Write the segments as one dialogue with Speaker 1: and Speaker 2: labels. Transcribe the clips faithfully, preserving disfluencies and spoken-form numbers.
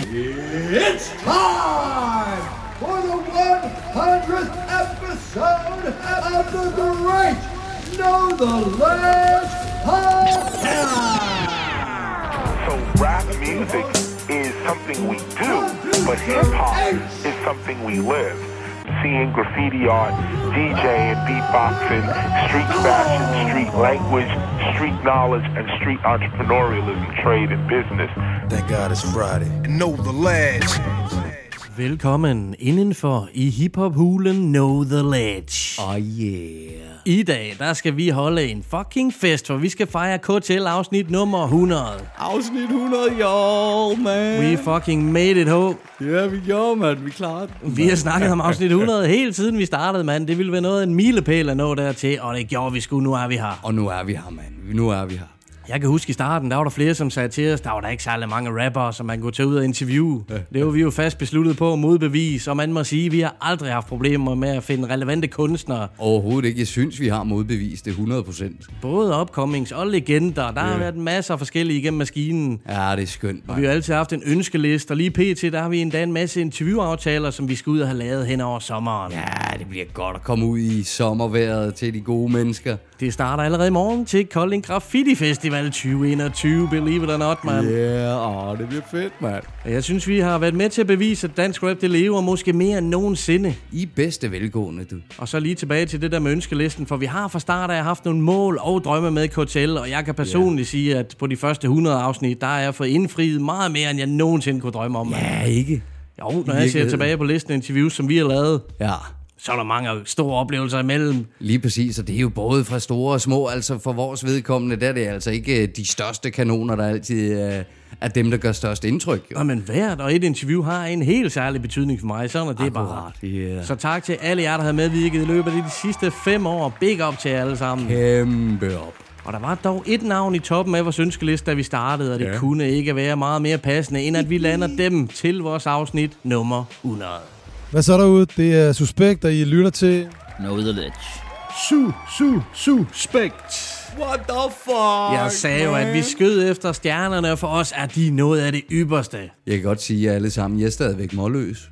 Speaker 1: It's time for the one hundredth episode of the Great Know the Ledge podcast.
Speaker 2: So rap music is something we do, but hip-hop is something we live. Seeing graffiti art, DJing, beatboxing, street fashion, street language, street knowledge, and street entrepreneurialism, trade and business.
Speaker 3: Thank God it's Friday. Know the Ledge.
Speaker 4: Velkommen indenfor i hiphop-hulen Know the Ledge.
Speaker 5: Oh yeah.
Speaker 4: I dag, der skal vi holde en fucking fest, for vi skal fejre K T L-afsnit nummer hundrede.
Speaker 5: Afsnit hundrede, y'all, man.
Speaker 4: We fucking made it home.
Speaker 5: Ja, vi gjorde, man. Vi klarede den.
Speaker 4: Vi har snakket om afsnit hundrede helt siden vi startede, mand. Det ville være noget af en milepæl at nå dertil, og det gjorde vi sgu. Nu er vi her.
Speaker 5: Og nu er vi her, mand. Nu er vi her.
Speaker 4: Jeg kan huske i starten, der var der flere, som sagde til os, der var der ikke særlig mange rappere, som man kunne tage ud og interviewe. Ja. Det var vi jo fast besluttet på at modbevise, og man må sige, at vi har aldrig haft problemer med at finde relevante kunstnere.
Speaker 5: Overhovedet ikke. Jeg synes, vi har modbevist det hundrede procent.
Speaker 4: Både upcomings og legender. Der ja. har været masser af forskellige igennem maskinen.
Speaker 5: Ja, det er skønt, man.
Speaker 4: Vi har altid haft en ønskeliste, og lige pt. Der har vi endda en masse interviewaftaler, som vi skal ud og have lavet hen over sommeren.
Speaker 5: Ja, det bliver godt at komme ud i sommerværet til de gode mennesker.
Speaker 4: Det starter allerede i morgen til Kolding Graffiti Festival tyve enogtyve, believe it or not, man.
Speaker 5: Ja, yeah, åh, det bliver fedt, mand.
Speaker 4: Jeg synes, vi har været med til at bevise, at dansk rap, det lever måske mere end nogensinde.
Speaker 5: I bedste velgående, du.
Speaker 4: Og så lige tilbage til det der med ønskelisten, for vi har fra start af haft nogle mål og drømme med K T L, og jeg kan personligt yeah. sige, at på de første hundrede afsnit, der er jeg fået indfriet meget mere, end jeg nogensinde kunne drømme om. Man.
Speaker 5: Ja, ikke?
Speaker 4: Jo, når jeg ser tilbage på listen af interviews, som vi har lavet.
Speaker 5: Ja.
Speaker 4: Så er der mange store oplevelser imellem.
Speaker 5: Lige præcis, og det er jo både fra store og små. Altså for vores vedkommende, der er det altså ikke de største kanoner, der altid er, er dem, der gør størst indtryk. Jo.
Speaker 4: Nå, men hvert og et interview har en helt særlig betydning for mig. Sådan er det
Speaker 5: Akkurat,
Speaker 4: bare.
Speaker 5: Yeah.
Speaker 4: Så tak til alle jer, der har medvirket i løbet af de sidste fem år. Big up til jer alle sammen.
Speaker 5: Kæmpe op.
Speaker 4: Og der var dog et navn i toppen af vores ønskeliste, da vi startede, og det ja. kunne ikke være meget mere passende, end at vi lander dem til vores afsnit nummer hundrede.
Speaker 6: Hvad så derude? Det er Suspekt, og I lytter til
Speaker 7: Know the Ledge.
Speaker 4: Su, su, suspekt.
Speaker 5: What the fuck?
Speaker 4: Jeg sagde jo, at vi skød efter stjernerne, og for os er de noget af det ypperste.
Speaker 5: Jeg kan godt sige, at alle sammen, jeg er stadigvæk målløs.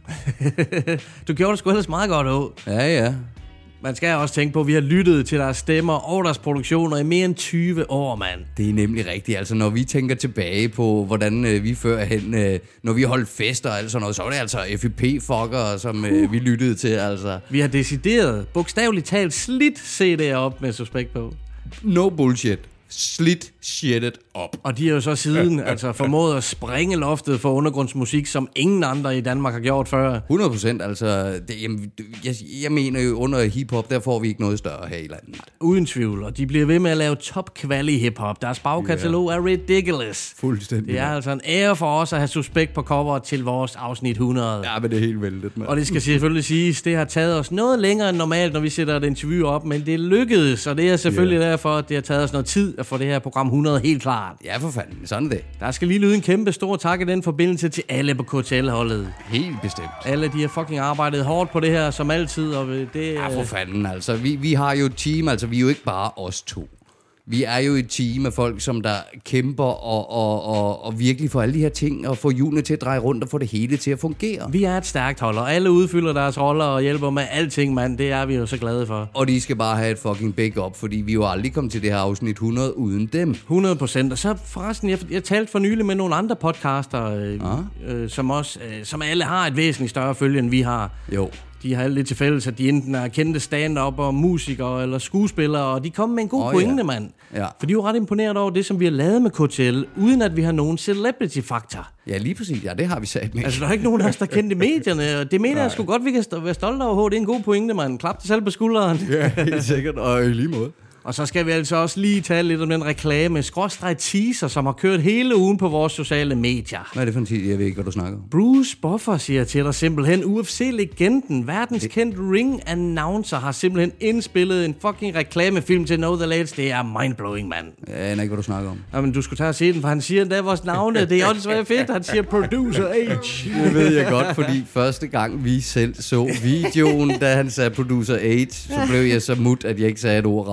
Speaker 4: Du gjorde det sgu ellers meget godt, Å.
Speaker 5: Ja, ja.
Speaker 4: Man skal også tænke på, at vi har lyttet til deres stemmer og deres produktioner i mere end tyve år, mand.
Speaker 5: Det er nemlig rigtigt. Altså, når vi tænker tilbage på, hvordan øh, vi førhen, øh, når vi holdt fester og alt sådan noget, så var det altså F I P-fucker, som øh, vi lyttede til, altså.
Speaker 4: Vi har decideret, bogstaveligt talt, slidt C D'er op med Suspekt på.
Speaker 5: No bullshit. Slidt shittet op.
Speaker 4: Og de har jo så siden altså formået at springe loftet for undergrundsmusik, som ingen andre i Danmark har gjort før.
Speaker 5: hundrede procent, altså. Det, jamen, jeg, jeg mener jo, under hiphop, der får vi ikke noget større her i landet.
Speaker 4: Uden tvivl, og de bliver ved med at lave top-quality hiphop. Deres bagkatalog yeah. er ridiculous.
Speaker 5: Fuldstændig.
Speaker 4: Det er altså en ære for os at have Suspekt på cover til vores afsnit hundrede.
Speaker 5: Ja, men det er helt vældigt, mand.
Speaker 4: Og det skal selvfølgelig siges, det har taget os noget længere end normalt, når vi sætter et interview op, men det lykkedes, og det er selvfølgelig yeah. derfor, at det har taget os noget tid at få det her program hundrede helt klart.
Speaker 5: Ja, for fanden. Sådan er det.
Speaker 4: Der skal lige lyde en kæmpe stor tak i den forbindelse til alle på K T L-holdet.
Speaker 5: Helt bestemt.
Speaker 4: Alle de har fucking arbejdet hårdt på det her, som altid, og det...
Speaker 5: Ja, for fanden, altså. Vi, vi har jo et team, altså vi er jo ikke bare os to. Vi er jo et team af folk, som der kæmper og, og, og, og virkelig får alle de her ting, og får hjulene til at dreje rundt og få det hele til at fungere.
Speaker 4: Vi er et stærkt hold, og alle udfylder deres roller og hjælper med alting, mand. Det er vi jo så glade for.
Speaker 5: Og de skal bare have et fucking backup, fordi vi jo aldrig kom til det her afsnit hundrede uden dem.
Speaker 4: hundrede procent. Og så forresten, jeg, jeg talte for nylig med nogle andre podcaster, øh, ah. øh, som, også, øh, som alle har et væsentligt større følge, end vi har.
Speaker 5: Jo.
Speaker 4: De har lidt til fælles, at de enten er kendte stand-up og musikere eller skuespillere, og de kommer med en god
Speaker 5: oh,
Speaker 4: pointe,
Speaker 5: ja.
Speaker 4: mand.
Speaker 5: Ja.
Speaker 4: For de er jo ret imponeret over det, som vi har lavet med K T L, uden at vi har nogen celebrity-faktor.
Speaker 5: Ja, lige præcis. Ja, det har vi sagt med.
Speaker 4: Altså, der er ikke nogen af os, der kendte medierne, og det mener jeg sgu godt, vi kan st- være stolte over. Det er en god pointe, mand. Klap dig selv på skulderen.
Speaker 5: Ja, helt sikkert, og i lige måde.
Speaker 4: Og så skal vi altså også lige tale lidt om den reklame, skråstreg teaser, som har kørt hele ugen på vores sociale medier.
Speaker 5: Hvad er det for en teaser? Jeg ved ikke, hvad du snakker om.
Speaker 4: Bruce Buffer siger til dig simpelthen, U F C-legenden, verdenskendt ring-announcer, har simpelthen indspillet en fucking reklamefilm til Know the Ledge. Det er mindblowing, mand.
Speaker 5: Jeg aner ikke, hvad du snakker om.
Speaker 4: Jamen, du skulle tage og se den, for han siger endda vores navne. Det er også svært fedt. Han siger Producer H.
Speaker 5: Det ved jeg godt, fordi første gang vi selv så videoen, da han sagde Producer H, så blev jeg så mut, at jeg ikke sagde et ord resten af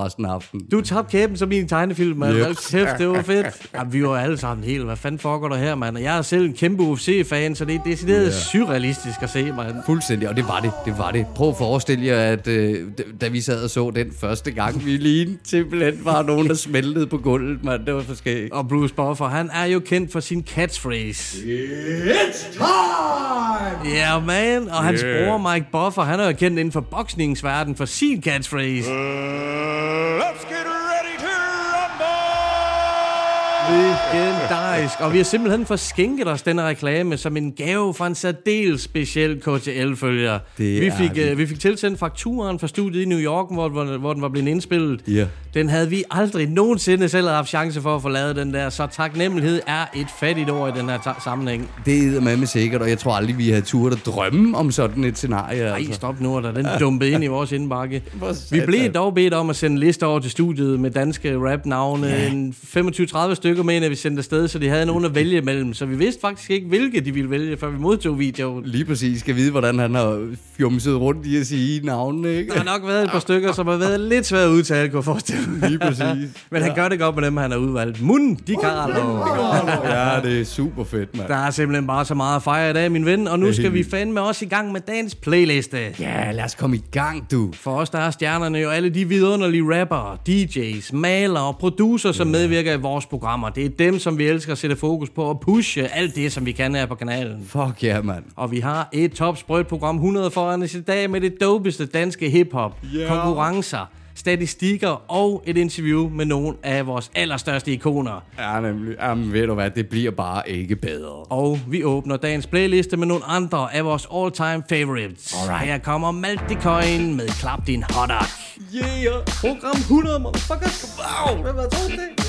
Speaker 5: tabte den.
Speaker 4: Du tabte kæben som i en tegnefilm, mand. Yep. Kæft, det var fedt. Jamen, vi var alle sammen helt, hvad fanden foregår der her, mand? Og jeg er selv en kæmpe U F C-fan, så det er decideret yeah. surrealistisk at se, mand.
Speaker 5: Fuldstændig, og det var det, det var det. Prøv at forestille jer, at øh, da vi sad og så den første gang, vi lige simpelthen var nogen, der smeltede på gulvet, mand. Det var for skægt.
Speaker 4: Og Bruce Buffer, han er jo kendt for sin catchphrase.
Speaker 1: It's time!
Speaker 4: Ja, yeah, man. Og hans
Speaker 5: Yeah.
Speaker 4: bror Mike Buffer, han er jo kendt inden for boksningsverdenen for sin catchphrase.
Speaker 7: Uh, let's get ready to rumble!
Speaker 4: Legendarisk. Og vi har simpelthen forskænket os denne reklame som en gave fra en særdeles speciel K T L-følger. Vi fik, uh, vi fik tilsendt fakturen fra studiet i New York, hvor, hvor, hvor den var blevet indspillet.
Speaker 5: Yeah.
Speaker 4: Den havde vi aldrig nogensinde selv haft chance for at få lavet den der. Så taknemmelighed er et fattigt ord i den her ta- sammenhæng.
Speaker 5: Det er med sikkert, og jeg tror aldrig, vi havde turde at drømme om sådan et scenarie.
Speaker 4: Nej,
Speaker 5: altså.
Speaker 4: stop nu, der den dumpede ind i vores indbakke. Vi blev dog bedt om at sende lister over til studiet med danske rap-navne. Ja. En femogtyve til tredive stykker med, at vi sendte afsted, så de havde nogen at vælge imellem. Så vi vidste faktisk ikke, hvilke de ville vælge, før vi modtog videoen.
Speaker 5: Lige præcis. Skal vide, hvordan han har fjumset rundt i at sige navnene, ikke?
Speaker 4: Der har nok været et par stykker, som har været lidt svært at udtale, kunne jeg forestille mig.
Speaker 5: Lige præcis.
Speaker 4: Men han gør det godt med dem, han har udvalgt. Mun, de Carlo.
Speaker 5: Ja, det er super fedt, mand.
Speaker 4: Der er simpelthen bare så meget at fejre i dag, min ven. Og nu skal vi fandme også i gang med dagens playliste.
Speaker 5: Ja, lad os komme i gang, du.
Speaker 4: For os, der er stjernerne jo alle de vidunderlige rappere, D J's, malere og producer, som medvirker i vores programmer. Det er dem, som vi elsker at sætte fokus på og pushe alt det, som vi kan her på kanalen.
Speaker 5: Fuck ja, yeah, mand.
Speaker 4: Og vi har et topsprødt program hundrede foran os i dag med det dopeste danske hiphop, yeah. konkurrencer, statistikker og et interview med nogle af vores allerstørste ikoner.
Speaker 5: Ja, nemlig. Jamen, ved du hvad, det bliver bare ikke bedre.
Speaker 4: Og vi åbner dagens playliste med nogle andre af vores all-time favorites. Alright. Her kommer Malti Coin med Klap Din Hotdog.
Speaker 5: Yeah!
Speaker 4: Program hundrede, motherfuckers. Wow! Hvad var det?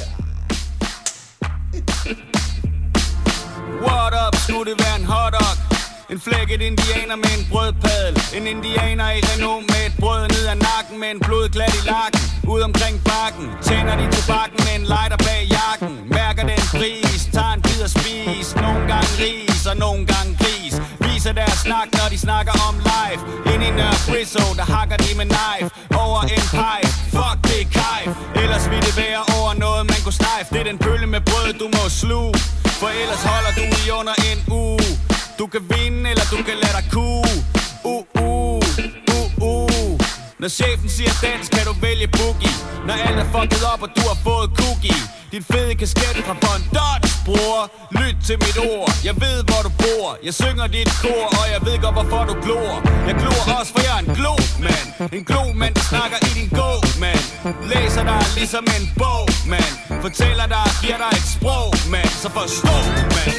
Speaker 8: What up, skulle det være en hotdog? En flækket indianer med en brødpadel. En indianer i Renault med et brød ned ad nakken. Med en blodklat i lakken, ud omkring bakken. Tænder de tobakken med en lighter bag jakken. Mærker den pris, tager en bid og spis. Nogle gange ris og nogle gange gris. Viser deres snak, når de snakker om live. Ind i Nørre Friso, der hakker de med knife. Over en pipe, fuck det er kajf. Ellers vil det være over noget man kunne snejfe. Det er den pølle med brød, du må sluge. For ellers holder du i under en uge. Du kan vinde, eller du kan lade dig kue. Uh, uh, uh, uh. Når chefen siger dans, kan du vælge boogie. Når alt er fucket op, og du har fået cookie. Din fede kasket fra Von Dodge, bror. Lyt til mit ord, jeg ved hvor du bor. Jeg synger dit kor, og jeg ved godt hvorfor du glor. Jeg glor også, for jeg er en glo, mand. En glo, mand, der snakker i din gå, mand. Læser dig ligesom en bog, mand. Fortæller dig, giver dig et sprog, mand. Så forstå, mand.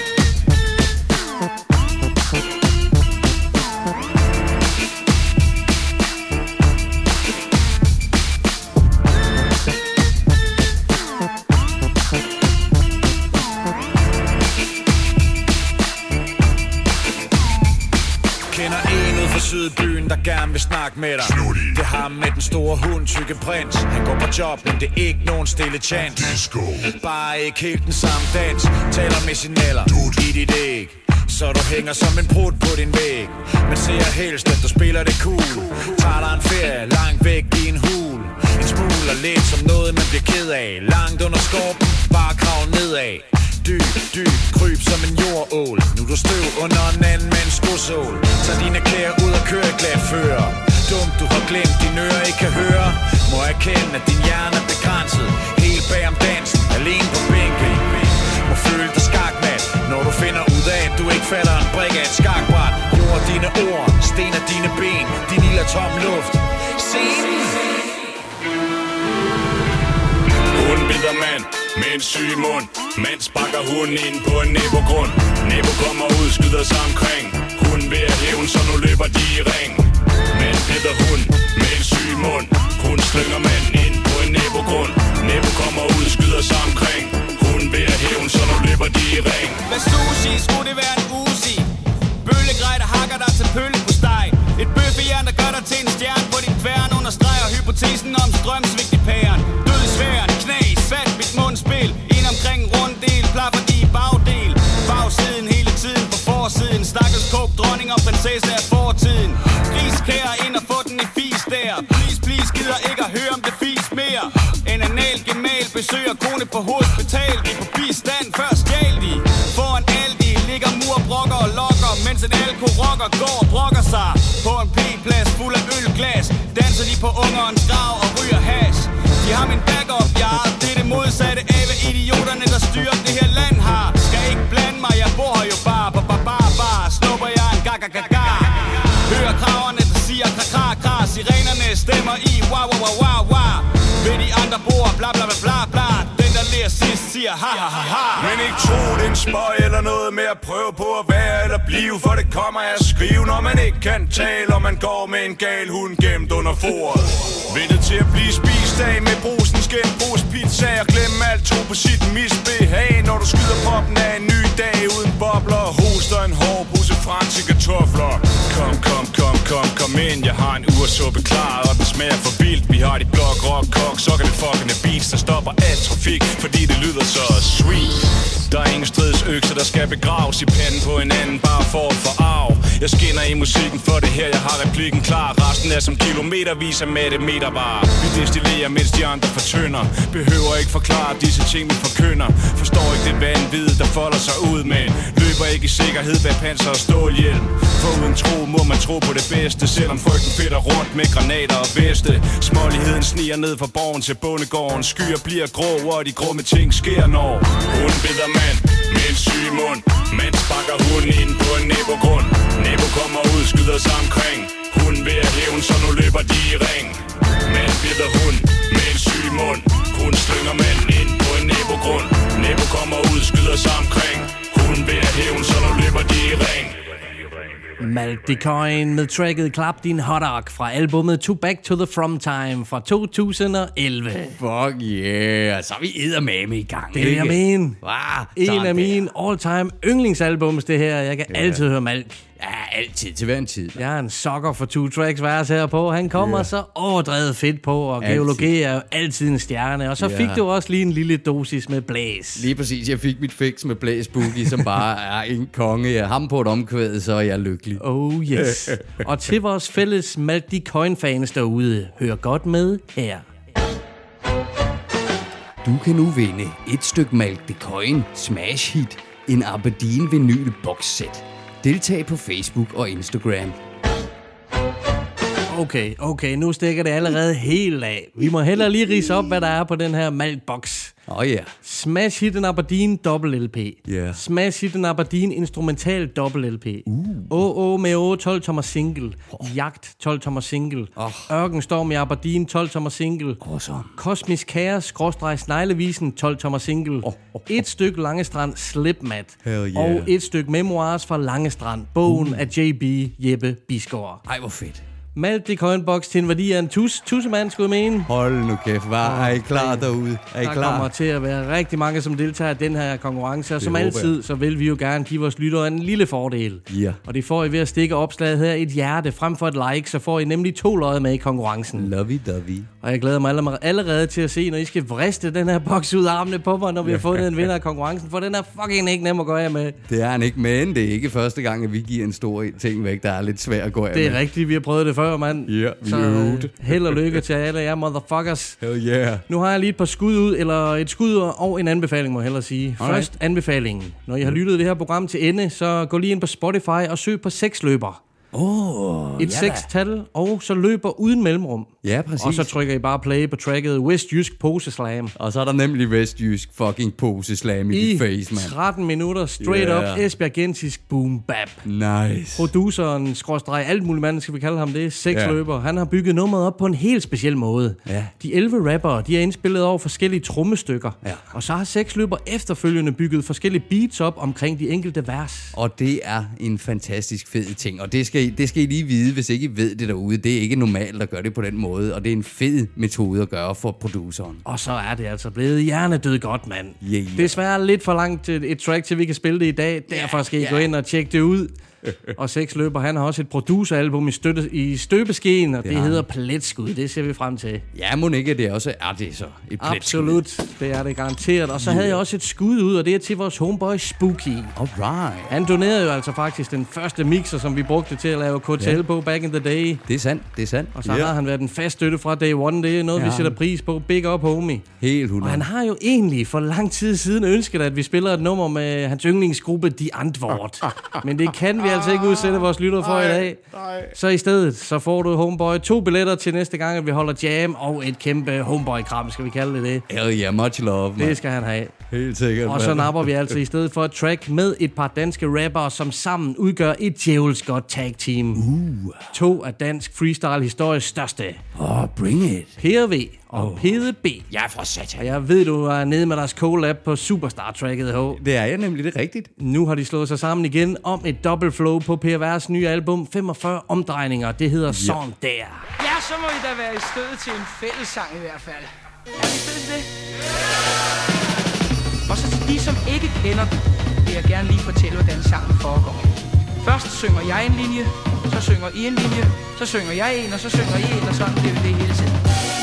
Speaker 8: Sydbyen, der gerne vil snakke med dig. Det er ham med den store hund, tykke prins. Han går på job, men det er ikke nogen stille chance. Disco. Bare ikke helt den samme dans. Taler med signaler i dit æg, så du hænger som en brud på din væg. Men ser helst, at du spiller det cool. Tager dig en ferie langt væk i en hul. En smule og lidt som noget, man bliver ked af. Langt under skorpen, bare krav nedad. Dyb, dyb, kryb som en jordål. Nu er du støv under en anden med en skosål. Tag dine klæder ud og kør et glat fører. Dumt, du har glemt, dine ører ikke kan høre. Må erkende, at din hjerne er begrænset. Helt bag om dansen, alene på bænken. Må føle dig skakmat, når du finder ud af, at du ikke falder en brik af et skakbræt. Jord dine ord, sten af dine ben. Din ild er tom luft. Scenen.
Speaker 9: Hun bider mand med en syg mund. Mand sparker hunden ind på en næbogrund. Næbo kommer ud, skyder sig omkring. Hun vil have hævn, så nu løber de i ring. Mand bider hund med en syg mund. Hun slynger mand ind på en næbogrund. Næbo kommer ud, skyder sig omkring. Hun vil have hævn, så nu løber de i ring.
Speaker 8: Hvad sushi, skulle det være en usi? Bøllegrej, der hakker dig til pølle på steg. Et bøffejern, der gør dig til en stjerne på din kværn. Understreger hypotesen om strømsvigt i pæren. Død i sværen, knas, fat mit mundspil. Ind omkring en runddel, plaffer de i bagdel. Bagsiden hele tiden på forsiden. Stakkels kog, dronning og prinsesse af fortiden. Griskærer ind og få den i fis der. Please, please, gider ikke at høre om det fis mere. besøger kone på hospital. De er på bistand, før stjal de. Foran Aldi ligger mur, brokker og lokker, mens en alko-rocker går og brokker sig. På en p-plads fuld af ølglas danser de på ungerens grav og ryger hash. De har min backup, ja, det er det modsatte af, hvad idioterne, der styrer det her land har. Skal ikke blande mig, jeg bor her jo bare, bare, bare, bare, bare. Snupper jeg en ga-ga-ga-ga. Hører kraverne, der siger kra-kra-kra. Sirenerne stemmer i wow-wow-wow-wow. Ved de andre bor, bla bla bla bla bla. Den der lærer sidst siger ha-ha-ha-ha.
Speaker 9: Men ikke tro, det er en spøj eller noget med at prøve på at være eller blive. For det kommer af at skrive, når man ikke kan tale. Og man går med en gal hund gemt under foret. Ventet til at blive spist af med brusen, skænd, brus, pizza. Og glemme alt, tro på sit misbehag. Når du skyder poppen af en ny dag uden bobler. Og hoster en hård pose franske kartofler. Kom, kom, kom, kom, kom ind. Jeg har en ursuppe klar, og den smager for vildt. Vi har de blok, rock, kok, sokkerne fuckende beats. Der stopper al trafik, fordi det lyder så sweet. Der er ingen stridsøkser, der skal begraves i panden på hinanden, bare for at få arv. Jeg skinner i musikken for det her, jeg har replikken klar. Resten er som kilometervis af matematervarer. Vi destillerer, mens de andre fortynder. Behøver ikke forklare disse ting, vi forkynder. Forstår ikke det vanvid, der folder sig ud, men løber ikke i sikkerhed bag panser og stålhjelm. For uden tro må man tro på det bedste, selvom frygten fedter rundt med granater og veste. Småligheden sniger ned fra borgen til bondegården. Skyer bliver grå, og de grumme ting sker når hunden bider mand med en syg mund. Mand sparker hunden ind på en nabogrund. Nabo kommer ud, skyder sig omkring. Hunden ved at hævn, så nu løber de i ring. Mand bider hund med en syg mund. Hun slynger mand ind på en nabogrund. Nabo kommer ud, skyder sig omkring. Hunden ved at hævn, så nu løber de i ring.
Speaker 4: Malk Coin med tracket Klap Din Hotdog fra albumet To Back to the From Time fra to tusind og elleve.
Speaker 5: Fuck yeah, så er vi eddermame i gang.
Speaker 4: Det er jeg mener.
Speaker 5: Wow,
Speaker 4: en af mine all-time yndlingsalbums, det her. Jeg kan yeah. altid høre Malk.
Speaker 5: Ja, altid, til hver en tid.
Speaker 4: Jeg er en sokker for two tracks vers her på. Han kommer yeah. så overdrevet fedt på, og geologi er jo altid en stjerne. Og så yeah. fik du også lige en lille dosis med blæs.
Speaker 5: Lige præcis, jeg fik mit fix med Blæs Boogie, som bare er en konge. Jeg ham på et omkvæd, så er jeg lykkelig.
Speaker 4: Oh yes. Og til vores fælles Malk Coin-fans derude, hør godt med her.
Speaker 5: Du kan nu vinde et stykke Malk Coin Smash Hit, en Aberdeen vinyl boxset. Deltag på Facebook og Instagram.
Speaker 4: Okay, okay, nu stikker det allerede helt af. Vi må hellere lige rise op, hvad der er på den her Malk-box.
Speaker 5: Åh oh, ja. Yeah.
Speaker 4: Smash Hit and Aberdeen dobbelt L P.
Speaker 5: Yeah.
Speaker 4: Smash Hit and Aberdeen instrumental dobbelt L P. Uh. O O med O tolv tommer single. Oh. Jagt tolv tommer single. Oh. Ørkenstorm i Aberdeen tolv tommer single.
Speaker 5: Awesome.
Speaker 4: Kosmisk Kaos skråstreg Sneglevisen tolv tommer single. Oh, oh, oh. Et stykke Langestrand Slipmat.
Speaker 5: Yeah.
Speaker 4: Og et stykke Memoirs fra Langestrand. Bogen uh. af J B Jeppe Bisgaard.
Speaker 5: Ej, hvor fedt.
Speaker 4: Malk Coinbox til en værdi af en tus, tussemand, skulle jeg mene.
Speaker 5: Hold nu kæft, var er I klar derude? Er I
Speaker 4: der
Speaker 5: klar?
Speaker 4: kommer til at være rigtig mange, som deltager i den her konkurrence, og det som altid, så vil vi jo gerne give vores lyttere en lille fordel.
Speaker 5: Ja.
Speaker 4: Og det får I ved at stikke opslaget her et hjerte frem for et like, så får I nemlig to lodder med i konkurrencen.
Speaker 5: Lovey-dovey.
Speaker 4: Og jeg glæder mig allerede til at se, når I skal vriste den her boks ud af armene på mig, når vi har fundet en vinder af konkurrencen, for den er fucking ikke nem at gå af med.
Speaker 5: Det er han ikke, men det er ikke første gang, at vi giver en stor ting væk, der er lidt svær at gå af med.
Speaker 4: Det er rigtigt, vi har prøvet det før, mand.
Speaker 5: Ja,
Speaker 4: så øh, held og lykke til alle jer motherfuckers.
Speaker 5: Hell yeah.
Speaker 4: Nu har jeg lige et par skud ud, eller et skud og en anbefaling, må jeg hellere sige. Alright. Først anbefalingen. Når I har lyttet det her program til ende, så gå lige ind på Spotify og søg på sexløber.
Speaker 5: Oh,
Speaker 4: et
Speaker 5: ja
Speaker 4: seks-tal, og så løber uden mellemrum.
Speaker 5: Ja, præcis.
Speaker 4: Og så trykker I bare play på tracket Westjysk Poseslam.
Speaker 5: Og så er der nemlig Westjysk fucking Poseslam i, i dit face, man.
Speaker 4: tretten minutter, straight yeah. up, esbjergensisk boom bap.
Speaker 5: Nice.
Speaker 4: Produceren, skråstreg, alt muligt mand, skal vi kalde ham det, sexløber. Yeah. Han har bygget nummeret op på en helt speciel måde.
Speaker 5: Yeah.
Speaker 4: De elleve rappere, de er indspillet over forskellige trommestykker.
Speaker 5: Yeah.
Speaker 4: Og så har sexløber efterfølgende bygget forskellige beats op omkring de enkelte vers.
Speaker 5: Og det er en fantastisk fed ting, og det skal Det skal I lige vide, hvis ikke I ved det derude. Det er ikke normalt at gøre det på den måde, og det er en fed metode at gøre for produceren.
Speaker 4: Og så er det altså blevet hjernedød godt, mand.
Speaker 5: Yeah, yeah.
Speaker 4: Desværre lidt for langt et track, til vi kan spille det i dag. Derfor skal I yeah, yeah. gå ind og tjekke det ud. Og seksløber, han har også et produceralbum i, støtte, i støbeskeen, og det, det hedder Pletskud. Det ser vi frem til.
Speaker 5: Ja, må ikke det også er det så et pletskud.
Speaker 4: Absolut, det er det garanteret. Og så yeah. havde jeg også et skud ud, og det er til vores homeboy Spooky.
Speaker 5: Alright.
Speaker 4: Han donerede jo altså faktisk den første mixer, som vi brugte til at lave K T L yeah. på back in the day.
Speaker 5: Det er sandt, det er sandt.
Speaker 4: Og så yeah. har han været en fast støtte fra day one. Det er noget, ja. vi sætter pris på. Big up, homie.
Speaker 5: Helt hundrede.
Speaker 4: Og han har jo egentlig for lang tid siden ønsket, at vi spiller et nummer med hans yndlingsgruppe, De Antwort. Men det kan vi altså ikke udsætte vores lyttere for i dag. Så i stedet, så får du, homeboy, to billetter til næste gang, at vi holder jam, og et kæmpe homeboy-kram, skal vi kalde det det.
Speaker 5: Hell yeah, much love, man.
Speaker 4: Det skal han have.
Speaker 5: Helt sikkert.
Speaker 4: Og så napper vi altså i stedet for et track med et par danske rappere, som sammen udgør et djævelsk godt tag team. Uh. To af dansk freestyle-histories største.
Speaker 5: Åh, oh, bring it.
Speaker 4: P R V og oh. P D B.
Speaker 5: Ja, for satan.
Speaker 4: Og jeg ved, du er nede med deres collab på Superstar-tracket, H.
Speaker 5: Det er jeg nemlig, det er rigtigt.
Speaker 4: Nu har de slået sig sammen igen om et double flow på P R V's nye album, femogfyrre omdrejninger. Det hedder Sådan Der.
Speaker 10: Ja, så må I da være i stødet til en fællessang i hvert fald. Er vi stedet til det? Og så til de, som ikke kender den, vil jeg gerne lige fortælle, hvordan sangen foregår. Først synger jeg en linje, så synger I en linje, så synger jeg en, og så synger I en, og sådan bliver det hele tiden.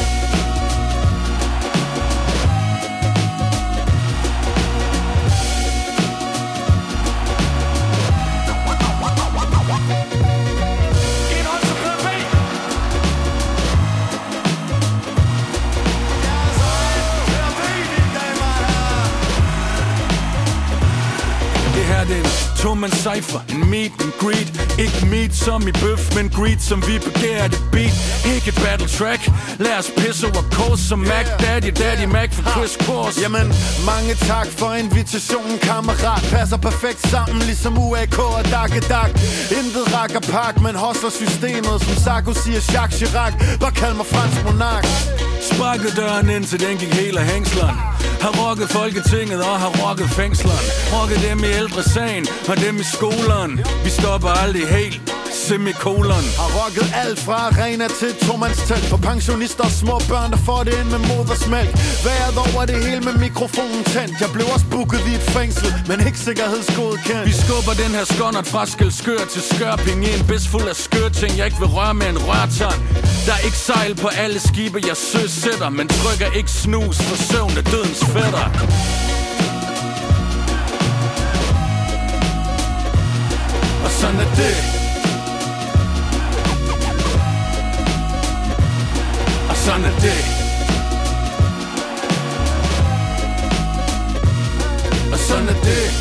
Speaker 9: To-man cypher, en meet and greet. Ikke meet som i bøf, men greet som vi begærer det beat. Ikke et battle track. Lad os pisse over kors som Mac Daddy, Daddy Mac for Chris Kors.
Speaker 11: Jamen, mange tak for invitationen, kammerat. Passer perfekt sammen, ligesom U A K og Dakkedak. Intet rakker pak, men hostler systemet. Som Sarko siger, Jacques Chirac. Bare kald mig fransk monark.
Speaker 9: Sparkede døren ind, til den gik hele hængsleren. Har rocket Folketinget og har rocket fængsleren. Rocket dem i ældresagen og dem i skoleren. Vi stopper aldrig helt, semikolon.
Speaker 11: Har rocket alt fra arena til tomandstelt. For pensionister og små børn, der får det ind med modersmælk. Været over det hele med mikrofonen tændt. Jeg blev også booket i et fængsel, men ikke sikkerhedsgodkendt.
Speaker 9: Vi skubber den her skåndert fra Skelskør til Skørping i en bæs fuld af skørting, jeg ikke vil røre med en rørtand. Der er ikke sejl på alle skibe, jeg søsætter, men trykker ikke snus for søvn af dødens fætter. Og sådan er det. Og sådan er det. Og sådan er det.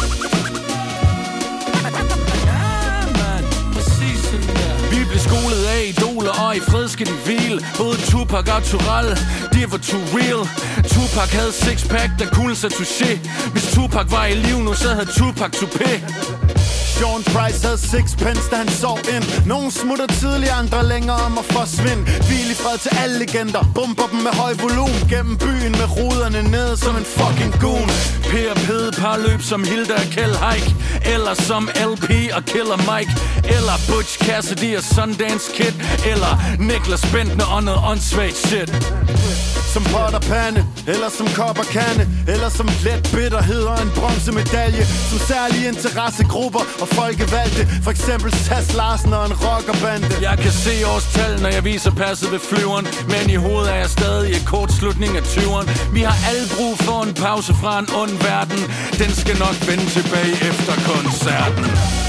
Speaker 9: Vi blev skolet af idoler, og i fred skal de hvile. Både Tupac og Tural, de var too real. Tupac havde sixpack, der kunne sig touché. Hvis Tupac var i liv nu, så havde Tupac toupé.
Speaker 11: Sean Price havde sixpence, da han sov ind. Nogle smutter tidligere, andre længere om at forsvinde. Hvil i fred til alle legender. Bomber dem med høj volumen. Gennem byen med ruderne nede som en fucking goon.
Speaker 9: P og Pede parløb som Hilda og Kjell Haik. Eller som L P og Killer Mike. Eller Butch Cassidy og Sundance Kid. Eller Niklas Bentner og noget åndssvagt shit.
Speaker 11: Som pot og pande, eller som kop og kande. Eller som let bitterhed og en bronzemedalje. Som særlige interessegrupper og folkevalgte. For eksempel Sass Larsen og en rockerbande.
Speaker 9: Jeg kan se årstal, når jeg viser passet ved flyveren. Men i hovedet er jeg stadig i kort slutning af tyveren. Vi har alle brug for en pause fra en ond verden. Den skal nok vende tilbage efter koncerten.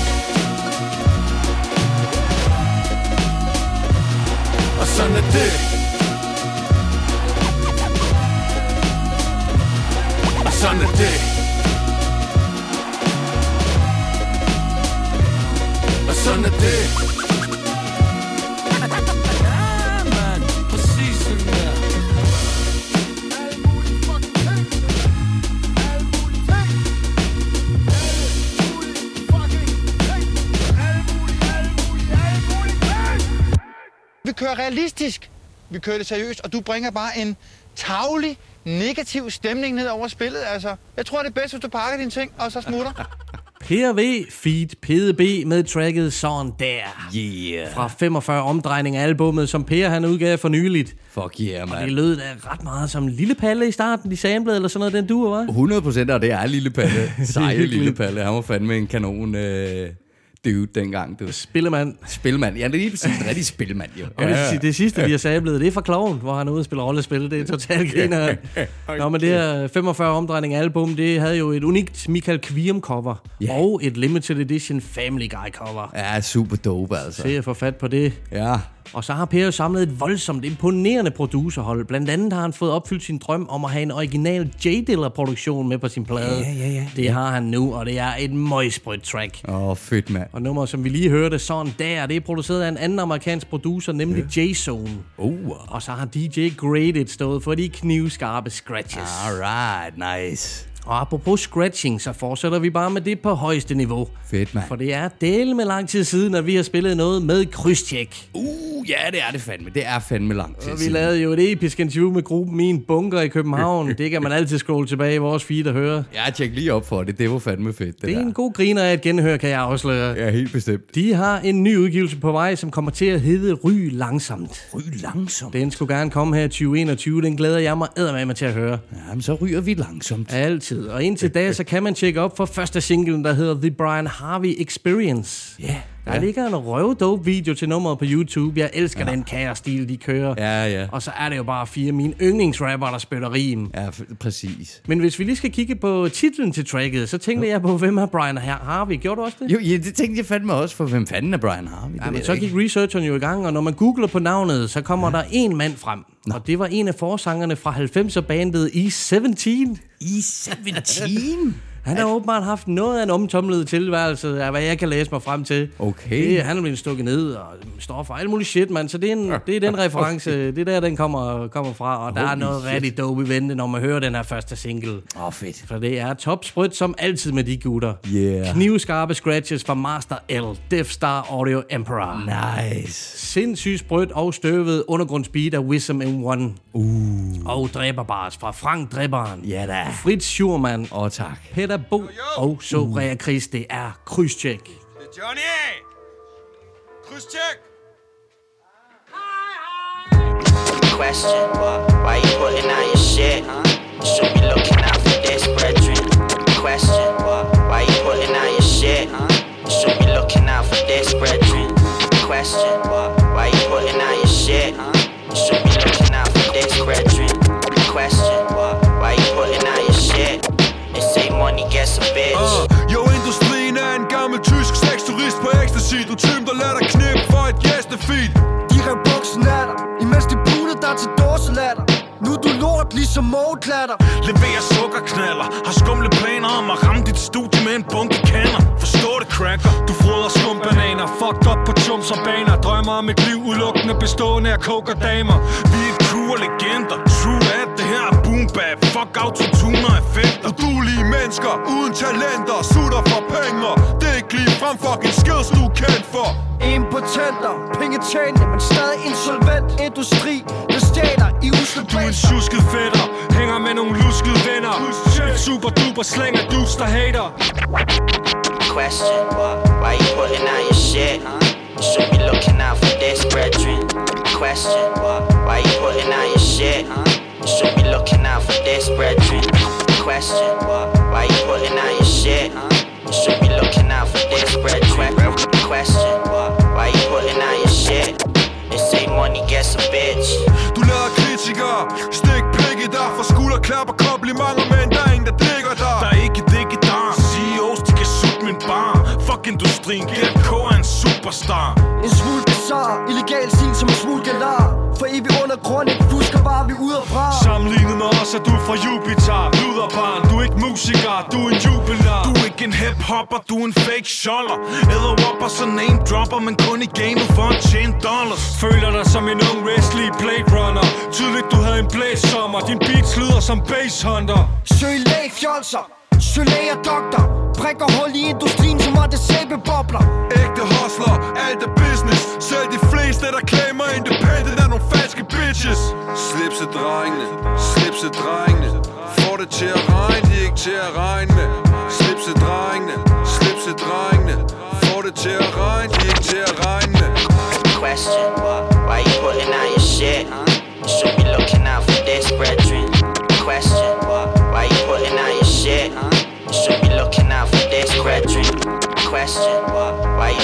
Speaker 9: Og sådan er det. Og sådan er det. Og sådan er det. Ja, man, præcis sådan der.
Speaker 10: Vi kører realistisk. Vi kører det seriøst, og du bringer bare en tarvelig, negativ stemning ned over spillet. Altså, jeg tror, det er bedst, hvis du pakker dine ting, og så smutter.
Speaker 4: P R V feat. P D B med tracket Sådan Der.
Speaker 5: Yeah.
Speaker 4: Fra femogfyrre omdrejninger af albummet, som Per han udgav for nyligt.
Speaker 5: Fuck yeah, man.
Speaker 4: Og det lød da ret meget som Lille Palle i starten, de samlede, eller sådan noget, den duer, hva'?
Speaker 5: hundrede procent, og det er Lille Palle. Seje Lille Palle. Han var fandme en kanon. Øh dude dengang, du.
Speaker 4: Spillemand.
Speaker 5: Spillemand. Ja, det er lige præcis en rigtig spillemand, jo.
Speaker 4: Og det, det sidste, vi har sablet, det er fra Kloven, hvor han er ude og spiller rollespil. Det er totalt griner. Nå, men det her femogfyrre omdrejning album, det havde jo et unikt Michael Kvium cover. Yeah. Og et limited edition Family Guy cover.
Speaker 5: Ja, super dope, altså.
Speaker 4: Se at få fat på det.
Speaker 5: Ja.
Speaker 4: Og så har Per jo samlet et voldsomt imponerende producerhold. Blandt andet har han fået opfyldt sin drøm om at have en original J-Diller-produktion med på sin plade.
Speaker 5: Ja, ja, ja.
Speaker 4: Det har han nu, og det er et møgsprødt track.
Speaker 5: Åh, oh, fedt, mand.
Speaker 4: Og nummeret, som vi lige hørte, sådan der, det er produceret af en anden amerikansk producer, nemlig yeah. J-Zone.
Speaker 5: Oh.
Speaker 4: Og så har D J Graded stået for de knivskarpe scratches.
Speaker 5: Alright, nice.
Speaker 4: Og apropos scratching, så fortsætter vi bare med det på højeste niveau.
Speaker 5: Fedt, mand.
Speaker 4: For det er del med lang tid siden, at vi har spillet noget med krydstjek.
Speaker 5: Uh, ja, det er det fandme. Det er fandme lang tid
Speaker 4: og
Speaker 5: siden.
Speaker 4: vi lavede jo et episk interview med gruppen i en bunker i København. Det kan man altid scrolle tilbage i vores feed og høre.
Speaker 5: Ja, tjek lige op for det. Det var fandme fedt, det,
Speaker 4: det er
Speaker 5: der.
Speaker 4: en god griner af et genhør, kan jeg afsløre.
Speaker 5: Ja, helt bestemt.
Speaker 4: De har en ny udgivelse på vej, som kommer til at hedde Ry Langsomt.
Speaker 5: Ry Langsomt?
Speaker 4: Den skulle gerne komme her i tyve enogtyve. Den glæder jeg mig eddermame til at høre.
Speaker 5: Jamen, så ryger vi langsomt.
Speaker 4: Altid. Og indtil da, så kan man tjekke op for første singlen, der hedder The Brian Harvey Experience.
Speaker 5: Ja. Yeah.
Speaker 4: Der ja. ligger en røvdope video til nummeret på YouTube. Jeg elsker ja. den kærestil, de kører.
Speaker 5: Ja, ja.
Speaker 4: Og så er det jo bare fire af mine yndlingsrapper, der spiller rim.
Speaker 5: Ja, f- præcis.
Speaker 4: Men hvis vi lige skal kigge på titlen til tracket, så tænkte ja. jeg på, hvem er Brian Harvey? Gjorde du også det?
Speaker 5: Jo, ja, det tænkte jeg fandme også, for hvem fanden er Brian Harvey?
Speaker 4: Ja, men så gik researcheren jo i gang, og når man googler på navnet, så kommer ja. der en mand frem. Nå. Og det var en af forsangerne fra halvfemser-bandet E syvten.
Speaker 5: E syvten?
Speaker 4: Han har åbenbart haft noget af en omtumlet tilværelse af, hvad jeg kan læse mig frem til.
Speaker 5: Okay.
Speaker 4: Det, han er blevet stukket ned og står for alt muligt shit, man. Så det er, en, det er den reference, okay. det er der, den kommer, kommer fra. Og der Holy er noget shit. rigtig dope i vente, når man hører den her første single.
Speaker 5: Åh, oh, fedt.
Speaker 4: For det er topsprødt som altid med de gutter.
Speaker 5: Yeah.
Speaker 4: Knivskarpe scratches fra Master L, Death Star Audio Emperor.
Speaker 5: Nice.
Speaker 4: Sindssygt sprødt og støvet undergrundsbeat af Wisdom M one.
Speaker 5: Uh.
Speaker 4: Og dræberbars fra Frank Dræberen.
Speaker 5: Ja da.
Speaker 4: Fritz Schurmann.
Speaker 5: Åh, oh, tak.
Speaker 4: Peter Bo og så uh. Rea Chris. Det er krydstjek.
Speaker 7: Det er Johnny! Krydstjek!
Speaker 12: Question, why you putting out your shit? Should be looking out for this, brethren. Question, why you putting out your shit? Should be looking out for this, brethren. Question, why you putting out your shit? Should be looking out for this, brethren. Question, why you putting out your shit? They say money gets a bitch.
Speaker 7: Uh, jo, industrien er en gammel tysk sexturist på ecstasy. Du tym, der lader dig knippe for et gæstefeed.
Speaker 13: De rev buksen af dig, imens de puttede dig til dåselatter. Nu er du lort ligesom mågeklatter.
Speaker 9: Leverer sukkerknaller, har skumle planer om at ramme dit studie med en bunke kander. Forstår det, cracker?
Speaker 7: Du froder skumbananer, fucked up på tums og baner. Drømmer om et liv udelukkende bestående af coke og damer.
Speaker 9: Vi er et crew af legender. True that, det her er boom bap. Fuck autotune og effekter.
Speaker 7: Udulige mennesker uden talenter, sutter for penge. Det er ikke lige frem fucking skills, du er kendt for.
Speaker 13: Impotenter, pengetjente, men stadig insolvent. Industri, der stjæler i usle
Speaker 7: Du er en susket fætter, hænger med nogle luskede venner. Et super duper slænger dus, der hater.
Speaker 12: Question, why you putting out your shit? Should be looking out for this, brethren. Question, why you putting out your shit? Should be looking out for this, brethren. Question, why you putting out your shit? Should be looking out for this, brethren. Question, why you putting out your shit? They say money gets a bitch.
Speaker 7: Du lader kritikere stik pik i dig for skulderklap og komplimenter, men der er ingen, der digger dig.
Speaker 9: Der er ikke digge der. C E O's, de kan sutte min bar. Fuck industrien, G F K er en superstar.
Speaker 13: En smule bizarre, illegal stil som en smule galar. For evig undergrund, ikke fusker bare vi ud og fra.
Speaker 7: Sammenlignet med os er du fra Jupiter. Luderbarn, du er ikke musiker, du er en jubilar.
Speaker 9: Du er ikke en hip-hopper, du er en fake scholler. Æder whopper, så name dropper, men kun i gamet for at tjene dollars.
Speaker 7: Føler dig som en ung Wesley Blade Runner. Tydeligt du havde en blæs sommer. Din beats lyder som Bass Hunter.
Speaker 13: Søg læg fjolser, søg læger doktor. Prikker hul i industrien som var det sæbebobler.
Speaker 7: Ægte hustler, alt er business. Selv de fleste der claimer independent er nogle falske bitches.
Speaker 14: Slipse drengene, slipse drengene. Får det til at regne, de er ikke til at regne med. Slipse drengene, slipse drengene. Får det til at regne, de er ikke til at regne med.
Speaker 12: Question, why you putting out your shit? Should be looking out for this, brethren. Question, why you putting out your shit? Should be looking out for this, brethren. Question, why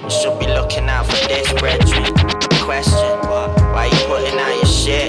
Speaker 12: You should be looking out for this, brethren. Question, why, why you putting out your shit?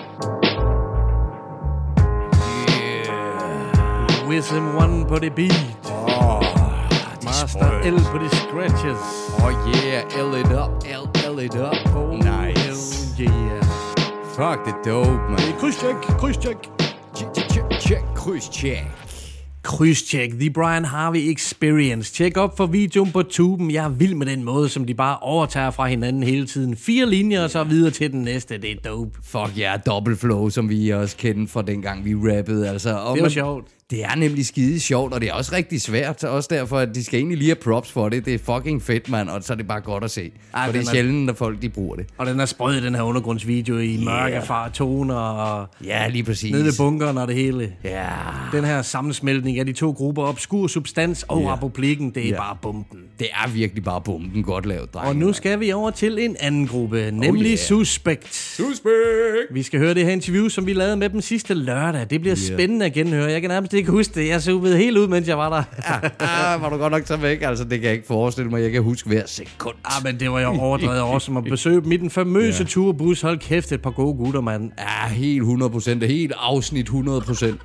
Speaker 4: Yeah. Wisdom one på det beat.
Speaker 5: Oh,
Speaker 4: Master L på de scratches.
Speaker 5: Oh yeah, L it up, L, L it up.
Speaker 4: Oh,
Speaker 5: nice.
Speaker 4: Hell yeah.
Speaker 5: Fuck, det er dope, man.
Speaker 4: Det er krydstjek, krydstjek.
Speaker 5: Check, krydstjek.
Speaker 4: Krydstjek, The Brian Harvey Experience. Tjek op for videoen på tuben. Jeg er vild med den måde, som de bare overtager fra hinanden hele tiden. Fire linjer, og så videre til den næste. Det er dope.
Speaker 5: Fuck ja, yeah, double flow, som vi også kendte fra dengang vi rappede. Altså,
Speaker 4: det var man, sjovt.
Speaker 5: Det er nemlig skide sjovt, og det er også rigtig svært. Også derfor, at de skal egentlig lige have props for det. Det er fucking fedt, mand, og så er det bare godt at se. Ej, for det er, er sjældent, at folk de bruger det.
Speaker 4: Og den er sprød, den her undergrundsvideo i yeah. mørke far toner og...
Speaker 5: Ja, lige præcis.
Speaker 4: Nede ved bunkeren og det hele.
Speaker 5: Ja. Yeah.
Speaker 4: Den her sammensmeltning af de to grupper, obskur substans og yeah. republikken, det er yeah. bare bomben.
Speaker 5: Det er virkelig bare bomben, godt lavet, drenge.
Speaker 4: Og nu skal vi over til en anden gruppe, nemlig oh, yeah. Suspekt.
Speaker 5: Suspekt!
Speaker 4: Vi skal høre det her interview, som vi lavede med dem sidste lørdag. Det bliver yeah. spændende at genhøre. Jeg kan nærmest ikke huske det. Jeg zoomede helt ud, mens jeg var der.
Speaker 5: Ja, ah, var du godt nok så væk? Altså, det kan jeg ikke forestille mig. Jeg kan huske hver sekund.
Speaker 4: Ah, men det var jo overdrevet awesome at besøge dem i den famøse ja. turbus. Hold kæft, et par gode gutter, mand.
Speaker 5: Ja, helt hundrede procent. Helt afsnit hundrede procent.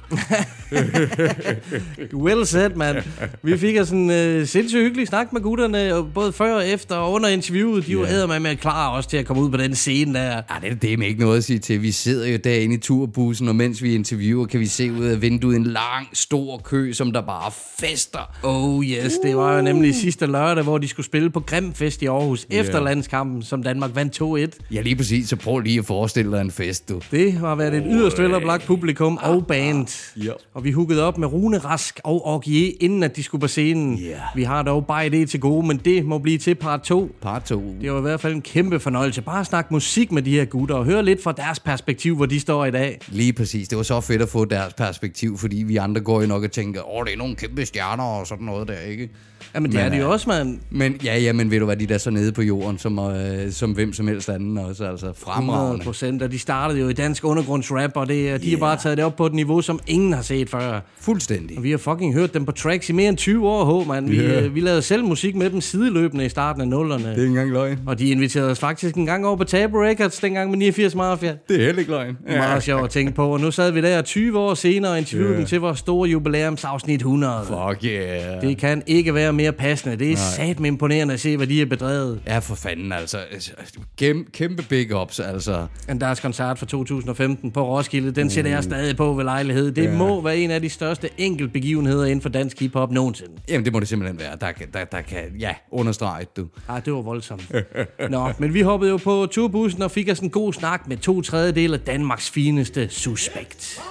Speaker 4: Well said, mand. Vi fik altså en uh, sindssygt hyggelig snak med gutterne, både før og efter og under interviewet. De yeah. var med med klar også til at komme ud på den scene der.
Speaker 5: Ja, det er det med ikke noget at sige til. Vi sidder jo derinde i turbussen, og mens vi interviewer, kan vi se ud af vinduet en lang, stor kø, som der bare fester.
Speaker 4: Oh yes, det var jo nemlig sidste lørdag, hvor de skulle spille på Grimfest i Aarhus, yeah. efter landskampen, som Danmark vandt to et.
Speaker 5: Ja, lige præcis. Så prøv lige at forestille dig en fest, du.
Speaker 4: Det har været et yderst veloplagt publikum ah, og band. Ah, yeah. Og vi huggede op med Rune Rask og Orgie, inden at de skulle på scenen. Yeah. Vi har dog bare det til gode, men det må blive til part to.
Speaker 5: Part to.
Speaker 4: Det var i hvert fald en kæmpe fornøjelse. Bare snakke musik med de her gutter og høre lidt fra deres perspektiv, hvor de står i dag.
Speaker 5: Lige præcis. Det var så fedt at få deres perspektiv, fordi vi andre går jo nok og tænker, åh, det er nogle kæmpe stjerner og sådan noget der, ikke?
Speaker 4: Jamen, det men, er det jo også, mand.
Speaker 5: Men ja, ja, men ved du hvad, de der så nede på jorden, som, øh, som hvem som helst anden også, altså fremragende.
Speaker 4: hundrede procent, og de startede jo i dansk undergrundsrap, og det, de yeah. har bare taget det op på et niveau, som ingen har set før.
Speaker 5: Fuldstændig.
Speaker 4: Og vi har fucking hørt dem på tracks i mere end tyve år, H, mand. Vi, yeah. øh, vi lavede selv musik med dem sideløbende i starten af nullerne.
Speaker 5: Det er ikke engang løgn.
Speaker 4: Og de inviterede os faktisk en gang over på Tabu Records, dengang med niogfirs Mafia.
Speaker 5: Det er heller ikke løgn.
Speaker 4: Ja. Meget sjovt at tænke på, og nu sad vi der tyve år senere og interviewede yeah. dem til vores store jubilæumsafsnit hundrede.
Speaker 5: Fuck yeah.
Speaker 4: Det kan ikke være mere passende. Det er satme imponerende at se, hvad de har bedrevet.
Speaker 5: Ja, for fanden, altså. Kæmpe, kæmpe big ups, altså.
Speaker 4: En deres koncert fra to tusind og femten på Roskilde, den sætter jeg stadig på ved lejlighed. Det ja. må være en af de største enkeltbegivenheder inden for dansk hiphop nogensinde.
Speaker 5: Jamen, det må det simpelthen være. Der, der, der kan, ja, understrege du.
Speaker 4: Ah, det var voldsomt. Nå, men vi hoppede jo på turbussen og fik os en god snak med to tredjedel af Danmarks fineste Suspekt.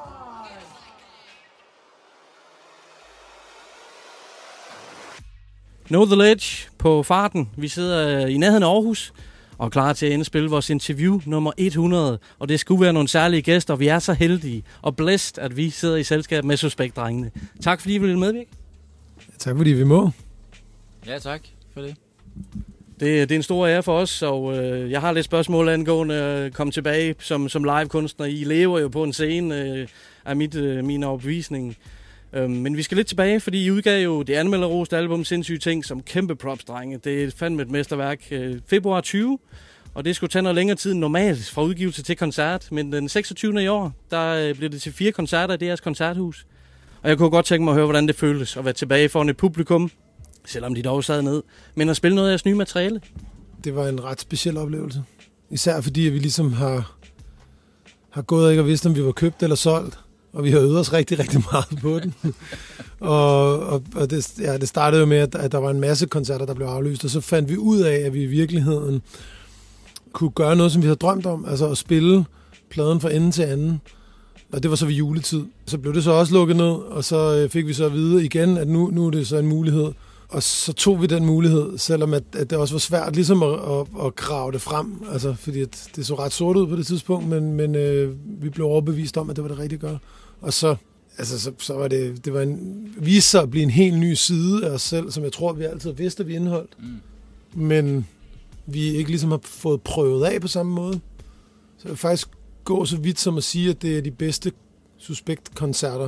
Speaker 4: Know the Ledge på farten. Vi sidder i nærheden af Aarhus og er klar til at indspille vores interview nummer hundrede. Og det skulle være nogle særlige gæster, og vi er så heldige og blessed, at vi sidder i selskab med Suspekt-drengene. Tak fordi I ville medvirke.
Speaker 6: Ja, tak fordi vi må.
Speaker 15: Ja, tak for det.
Speaker 4: Det, det er en stor ære for os, og øh, jeg har lidt spørgsmål angående at komme tilbage som, som live-kunstner. I lever jo på en scene øh, af mit, øh, min overbevisning. Men vi skal lidt tilbage, fordi I udgav jo det anmelderroste album Sindssyge Ting som kæmpe props, drenge. Det er fandme et mesterværk. februar tyve, og det skulle tage noget længere tid end normalt fra udgivelse til koncert. Men den seksogtyvende i år, der blev det til fire koncerter i deres koncerthus. Og jeg kunne godt tænke mig at høre, hvordan det føltes at være tilbage foran et publikum, selvom de dog sad ned, men at spille noget af jeres nye materiale.
Speaker 6: Det var en ret speciel oplevelse. Især fordi vi ligesom har, har gået og ikke vidst, om vi var købt eller solgt. Og vi har øvet os rigtig, rigtig meget på den. og og, og det, ja, det startede jo med, at, at der var en masse koncerter, der blev aflyst, og så fandt vi ud af, at vi i virkeligheden kunne gøre noget, som vi havde drømt om, altså at spille pladen fra ende til anden. Og det var så ved juletid. Så blev det så også lukket ned, og så fik vi så at vide igen, at nu, nu er det så en mulighed. Og så tog vi den mulighed, selvom at, at det også var svært ligesom at, at, at grave det frem, altså, fordi at det så ret sort ud på det tidspunkt, men, men øh, vi blev overbevist om, at det var det rigtige at gøre. Og så, altså, så, så var det, det var en, viste sig at blive en helt ny side af os selv, som jeg tror, vi altid vidste, at vi indeholdt. Mm. Men vi ikke ligesom har fået prøvet af på samme måde. Så jeg vil faktisk gå så vidt som at sige, at det er de bedste Suspekt-koncerter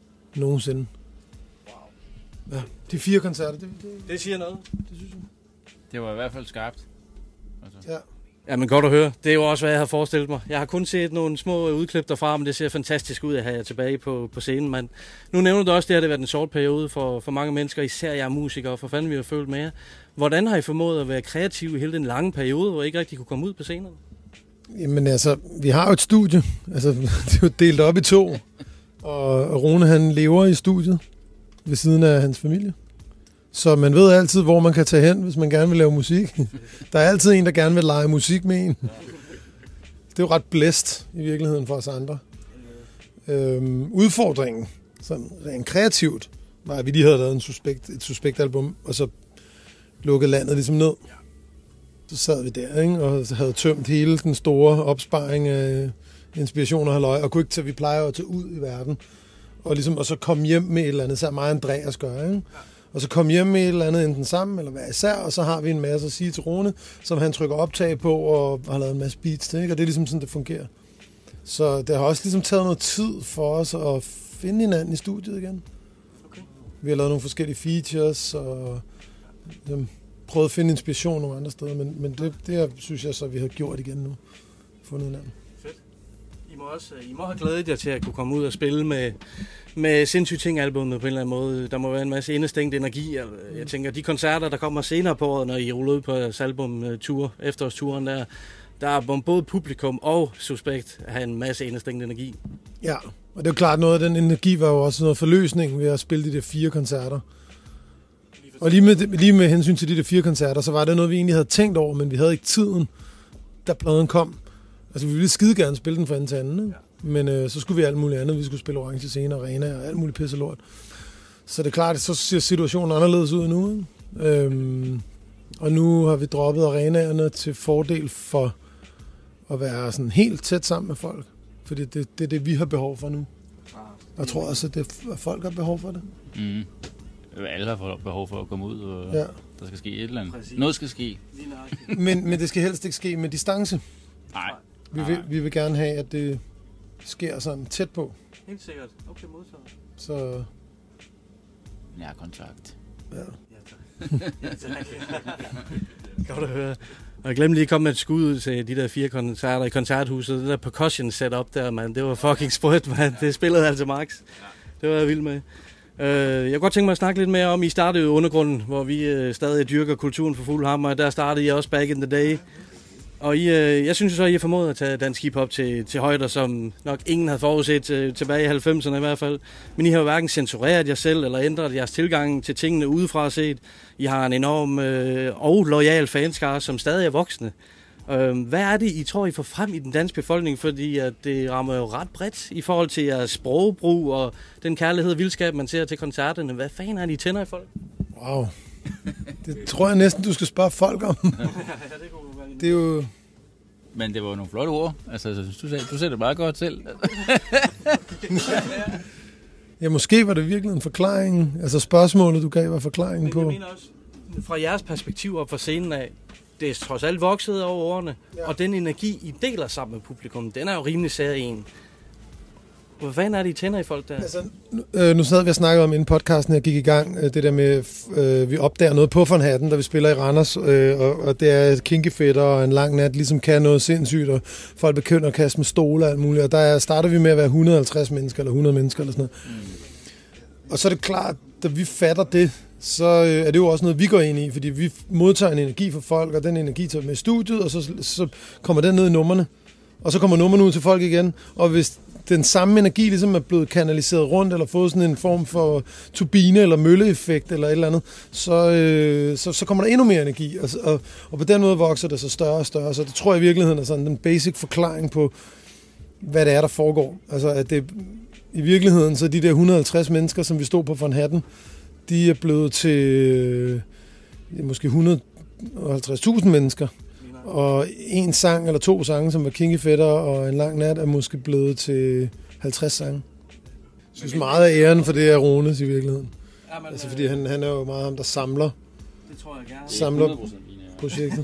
Speaker 6: nogensinde. Ja, de fire koncerter. Det, det,
Speaker 4: det siger noget.
Speaker 6: Det synes jeg.
Speaker 15: Det var i hvert fald skarpt. Altså.
Speaker 6: Ja.
Speaker 4: Ja, men godt at høre. Det er jo også, hvad jeg har forestillet mig. Jeg har kun set nogle små udklip derfra, men det ser fantastisk ud at have jer tilbage på, på scenen. Men nu nævner du også, det har det været en sort periode for, for mange mennesker, især jer musikere, for fanden vi har følt med jer. Hvordan har I formået at være kreative i hele den lange periode, hvor I ikke rigtig kunne komme ud på scenerne?
Speaker 6: Jamen altså, vi har jo et studie. Altså, det er jo delt op i to. Og Rune, han lever i studiet ved siden af hans familie. Så man ved altid, hvor man kan tage hen, hvis man gerne vil lave musik. Der er altid en, der gerne vil lege musik med en. Det er jo ret blæst i virkeligheden for os andre. Øhm, udfordringen, sådan rent kreativt, var, at vi lige havde lavet en suspekt, et suspektalbum, og så lukkede landet ligesom ned. Så sad vi der, ikke? Og havde tømt hele den store opsparing af inspiration og halløj, og kunne ikke tage, vi plejer at tage ud i verden. Og, ligesom, og så komme hjem med et eller andet, så mig og Andreas gør, ikke? Og så komme hjem med et eller andet enten sammen, eller hver især, og så har vi en masse at sige til Rune, som han trykker optag på, og har lavet en masse beats til, ikke? Og det er ligesom sådan, det fungerer. Så det har også ligesom taget noget tid for os at finde hinanden i studiet igen. Okay. Vi har lavet nogle forskellige features, og jamen, prøvet at finde inspiration nogle andre steder, men, men det, det synes jeg så, vi har gjort igen nu. Fundet hinanden.
Speaker 4: Fedt. I må, også, I må have glædet jer til at kunne komme ud og spille med, med Sindssygt Ting-albummet på en eller anden måde. Der må være en masse indestængt energi. Jeg tænker, de koncerter, der kommer senere på året, når I ruller ud på jeres album-tur, efterårsturen der, der er både publikum og Suspekt have en masse indestængt energi. Ja, og det er jo klart, noget af den energi var jo også noget forløsning ved at spille de der fire koncerter. Og lige med, lige med hensyn til de der fire koncerter, så var det noget, vi egentlig havde tænkt over, men vi havde ikke tiden, da pladen kom. Altså, vi ville skide gerne spille den fra enden til anden, ikke? Ja. Men øh, så skulle vi alt muligt andet. Vi skulle spille Orange Scene, Arena og alt muligt pisse lort. Så det er klart, at så ser situationen anderledes ud nu, ikke? Øhm, og nu har vi droppet arenaerne til fordel for at være sådan helt tæt sammen med folk. Fordi det, det er det, vi har behov for nu. Jeg tror også, at, det, at folk har behov for det.
Speaker 15: Mm. Alle har behov for at komme ud, og ja. Der skal ske et eller andet. Præcis. Noget skal ske.
Speaker 6: men, men det skal helst ikke ske med distance.
Speaker 15: Nej.
Speaker 6: Vi vil, vi vil gerne have, at det sker sådan tæt på.
Speaker 4: Helt sikkert. Okay, modtaget.
Speaker 6: Så...
Speaker 15: Ja, kontakt.
Speaker 6: Ja.
Speaker 4: Ja, tak. Godt at høre. Og jeg glemte lige at komme med et skud til de der fire koncerter i koncerthuset. Det der percussion setup der, man, det var fucking sprødt, man. Det spillede altså max. Det var jeg vild med. Jeg kunne godt tænke mig at snakke lidt mere om, I startede jo Undergrunden, hvor vi stadig dyrker kulturen for fuld hammer. Der startede I også back in the day. Og I, jeg synes så, I har formået at tage dansk hiphop til, til højder, som nok ingen havde forudset til, tilbage i halvfemserne i hvert fald. Men I har jo hverken censureret jer selv eller ændret jeres tilgang til tingene udefra set. I har en enorm øh, og loyal fanskare, som stadig er voksne. Øh, hvad er det, I tror, I får frem i den danske befolkning? Fordi at det rammer jo ret bredt i forhold til jeres sprogbrug og den kærlighed og vildskab, man ser til koncerterne. Hvad fanden er det, I tænder i folk?
Speaker 6: Wow. Det tror jeg næsten, du skal spørge folk om. Det er jo...
Speaker 15: Men det var jo nogle flotte ord. Altså, du sagde, du sagde det meget godt selv.
Speaker 6: Ja, måske var det virkelig en forklaring. Altså spørgsmålet, du gav, var forklaringen på.
Speaker 4: Men jeg mener også, fra jeres perspektiv op fra scenen af, det er trods alt vokset over årene, ja. Og den energi, I deler sammen med publikum, den er jo rimelig særlig. Hvad fanden er det, I tænder i folk der? Altså,
Speaker 6: nu, øh, nu sad vi og snakkede om, inden podcasten her gik i gang, øh, det der med, øh, vi opdager noget på Von Hatten, da vi spiller i Randers, øh, og, og det er et kinkefætter og en lang nat, ligesom kan noget sindssygt, og folk begynder at kaste med stole og alt muligt, og der starter vi med at være et hundrede og halvtreds mennesker, eller hundrede mennesker, eller sådan noget. Mm. Og så er det klart, da vi fatter det, så øh, er det jo også noget, vi går ind i, fordi vi modtager en energi fra folk, og den energi tager med i studiet, og så, så kommer den ned i numrene, og så kommer numrene ud til folk igen, og hvis den samme energi ligesom er blevet kanaliseret rundt, eller fået sådan en form for turbine- eller mølleeffekt, eller et eller andet, så, øh, så, så kommer der endnu mere energi, og, og, og på den måde vokser det så større og større, så det tror jeg i virkeligheden er sådan den basic forklaring på, hvad det er, der foregår. Altså, at det i virkeligheden, så de der et hundrede og halvtreds mennesker, som vi stod på Von Hatten, de er blevet til øh, måske et hundrede og halvtreds tusind mennesker. Og en sang eller to sange, som var Kinkefætter og En lang nat, er måske blevet til halvtreds sange. Jeg synes meget af æren for det er Rones i virkeligheden. Ja, men, altså fordi han, han er jo meget ham, der samler.
Speaker 4: Det tror jeg gerne.
Speaker 6: Samler projektet.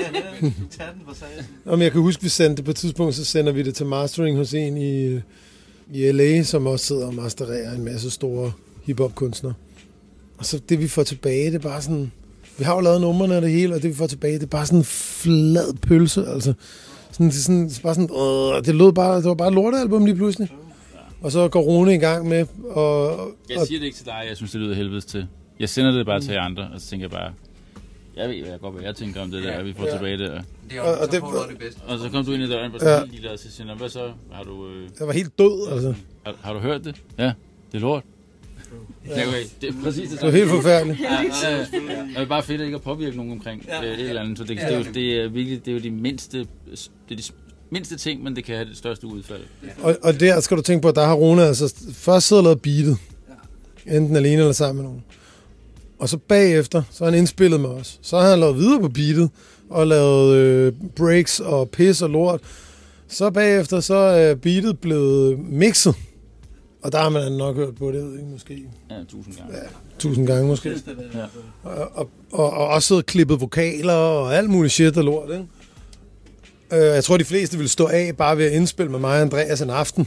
Speaker 6: Om jeg kan huske, vi sendte det på et tidspunkt, så sender vi det til mastering hos en i, i L A, som også sidder og mastererer en masse store hiphop-kunstnere. Og så det, vi får tilbage, det er bare sådan... Vi har jo lavet numrene af det hele, og det vi får tilbage, det er bare sådan en flad pølse, altså. Sådan, det, er sådan, det, er bare sådan, øh, det lød bare, det var bare et lortealbum lige pludselig. Og så går Rune i gang med, og... og
Speaker 15: jeg siger det ikke til dig, jeg synes, det lyder helvedes til. Jeg sender det bare til andre, og så tænker jeg bare, jeg ved hvad jeg godt, hvad jeg tænker om det der, at vi får ja. tilbage det.
Speaker 5: Det og, og, det, og, det
Speaker 15: og så kom du ind i døren, og så ja. helt lille, og så siger hvad så? Har du... Øh,
Speaker 6: jeg var helt død, altså.
Speaker 15: Har, har du hørt det? Ja, det er lort. Ja. Okay, det er præcis det.
Speaker 6: Det er helt forfærdeligt.
Speaker 15: Ja, ja, ja. Det er bare fedt at ikke at påvirke nogen omkring ja. et eller andet. Så det, det, er jo, det er virkelig, det er jo de mindste, det er de mindste ting, men det kan have det største udfald.
Speaker 6: Og, og der skal du tænke på, at der har Rune altså først siddet og lavet beatet. Enten alene eller sammen med nogen. Og så bagefter, så har han indspillet med os. Så har han lavet videre på beatet, og lavet øh, breaks og pis og lort. Så bagefter, så er beatet blevet mixet. Og der har man nok hørt på det, ikke? Måske.
Speaker 15: Ja, tusind gange.
Speaker 6: Ja, tusind gange måske. Ja. Og, og, og, og også siddet klippet vokaler og alt muligt shit og lort, ikke? Uh, jeg tror, de fleste vil stå af bare ved at indspille med mig og Andreas en aften.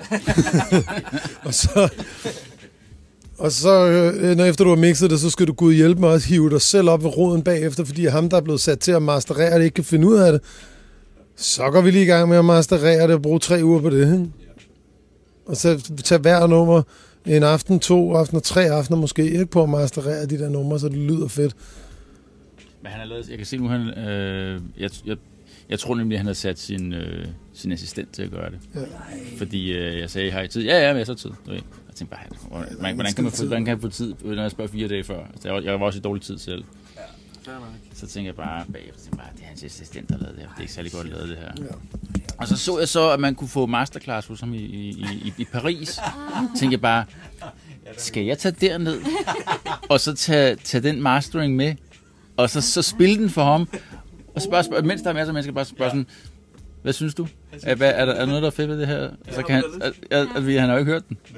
Speaker 6: og så... Og så, når efter du har mixet det, så skal du gå ud hjælpe mig også hive dig selv op ved roden bagefter, fordi ham, der er blevet sat til at masterere det, ikke kan finde ud af det. Så går vi lige i gang med at masterere det og bruge tre uger på det, ikke? Og så tage hver nummer en aften, to aftener, tre aftener måske, ikke på at masterere de der numre, så det lyder fedt.
Speaker 15: Men han har lavet, jeg kan se nu, han, øh, jeg, jeg, jeg tror nemlig, at han har sat sin, øh, sin assistent til at gøre det. Ja. Fordi øh, jeg sagde, har I tid? Ja, ja, men jeg så tid. Okay. Jeg tænkte bare, hvordan, hvordan kan man få, hvordan kan jeg få tid, når jeg spørger fire dage før? Altså, jeg, jeg var også i dårlig tid selv. Så tænker jeg bare bagefter, jeg bare, det er hans assistent, der lavede det her. Det er ikke særlig godt lavet det her. Ja. Og så så jeg så, at man kunne få masterclass hos ham i, i, i, i Paris. Så tænkte jeg bare, skal jeg tage derned, og så tage, tage den mastering med, og så, så spille den for ham, og så bare spørge, mens der er masser af mennesker, bare spørge sådan, hvad synes du? Er, hvad, er, der, er der noget, der er fedt ved det her? Så kan han, at, at, at, at han har jo ikke hørt den.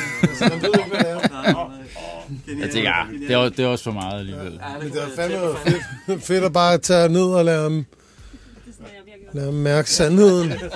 Speaker 15: Jeg tænker, ja, det er, det er også for meget alligevel.
Speaker 6: Men det er fandme fedt, fedt at bare tage ned og lade ham, lade ham mærke sandheden.
Speaker 15: Nej,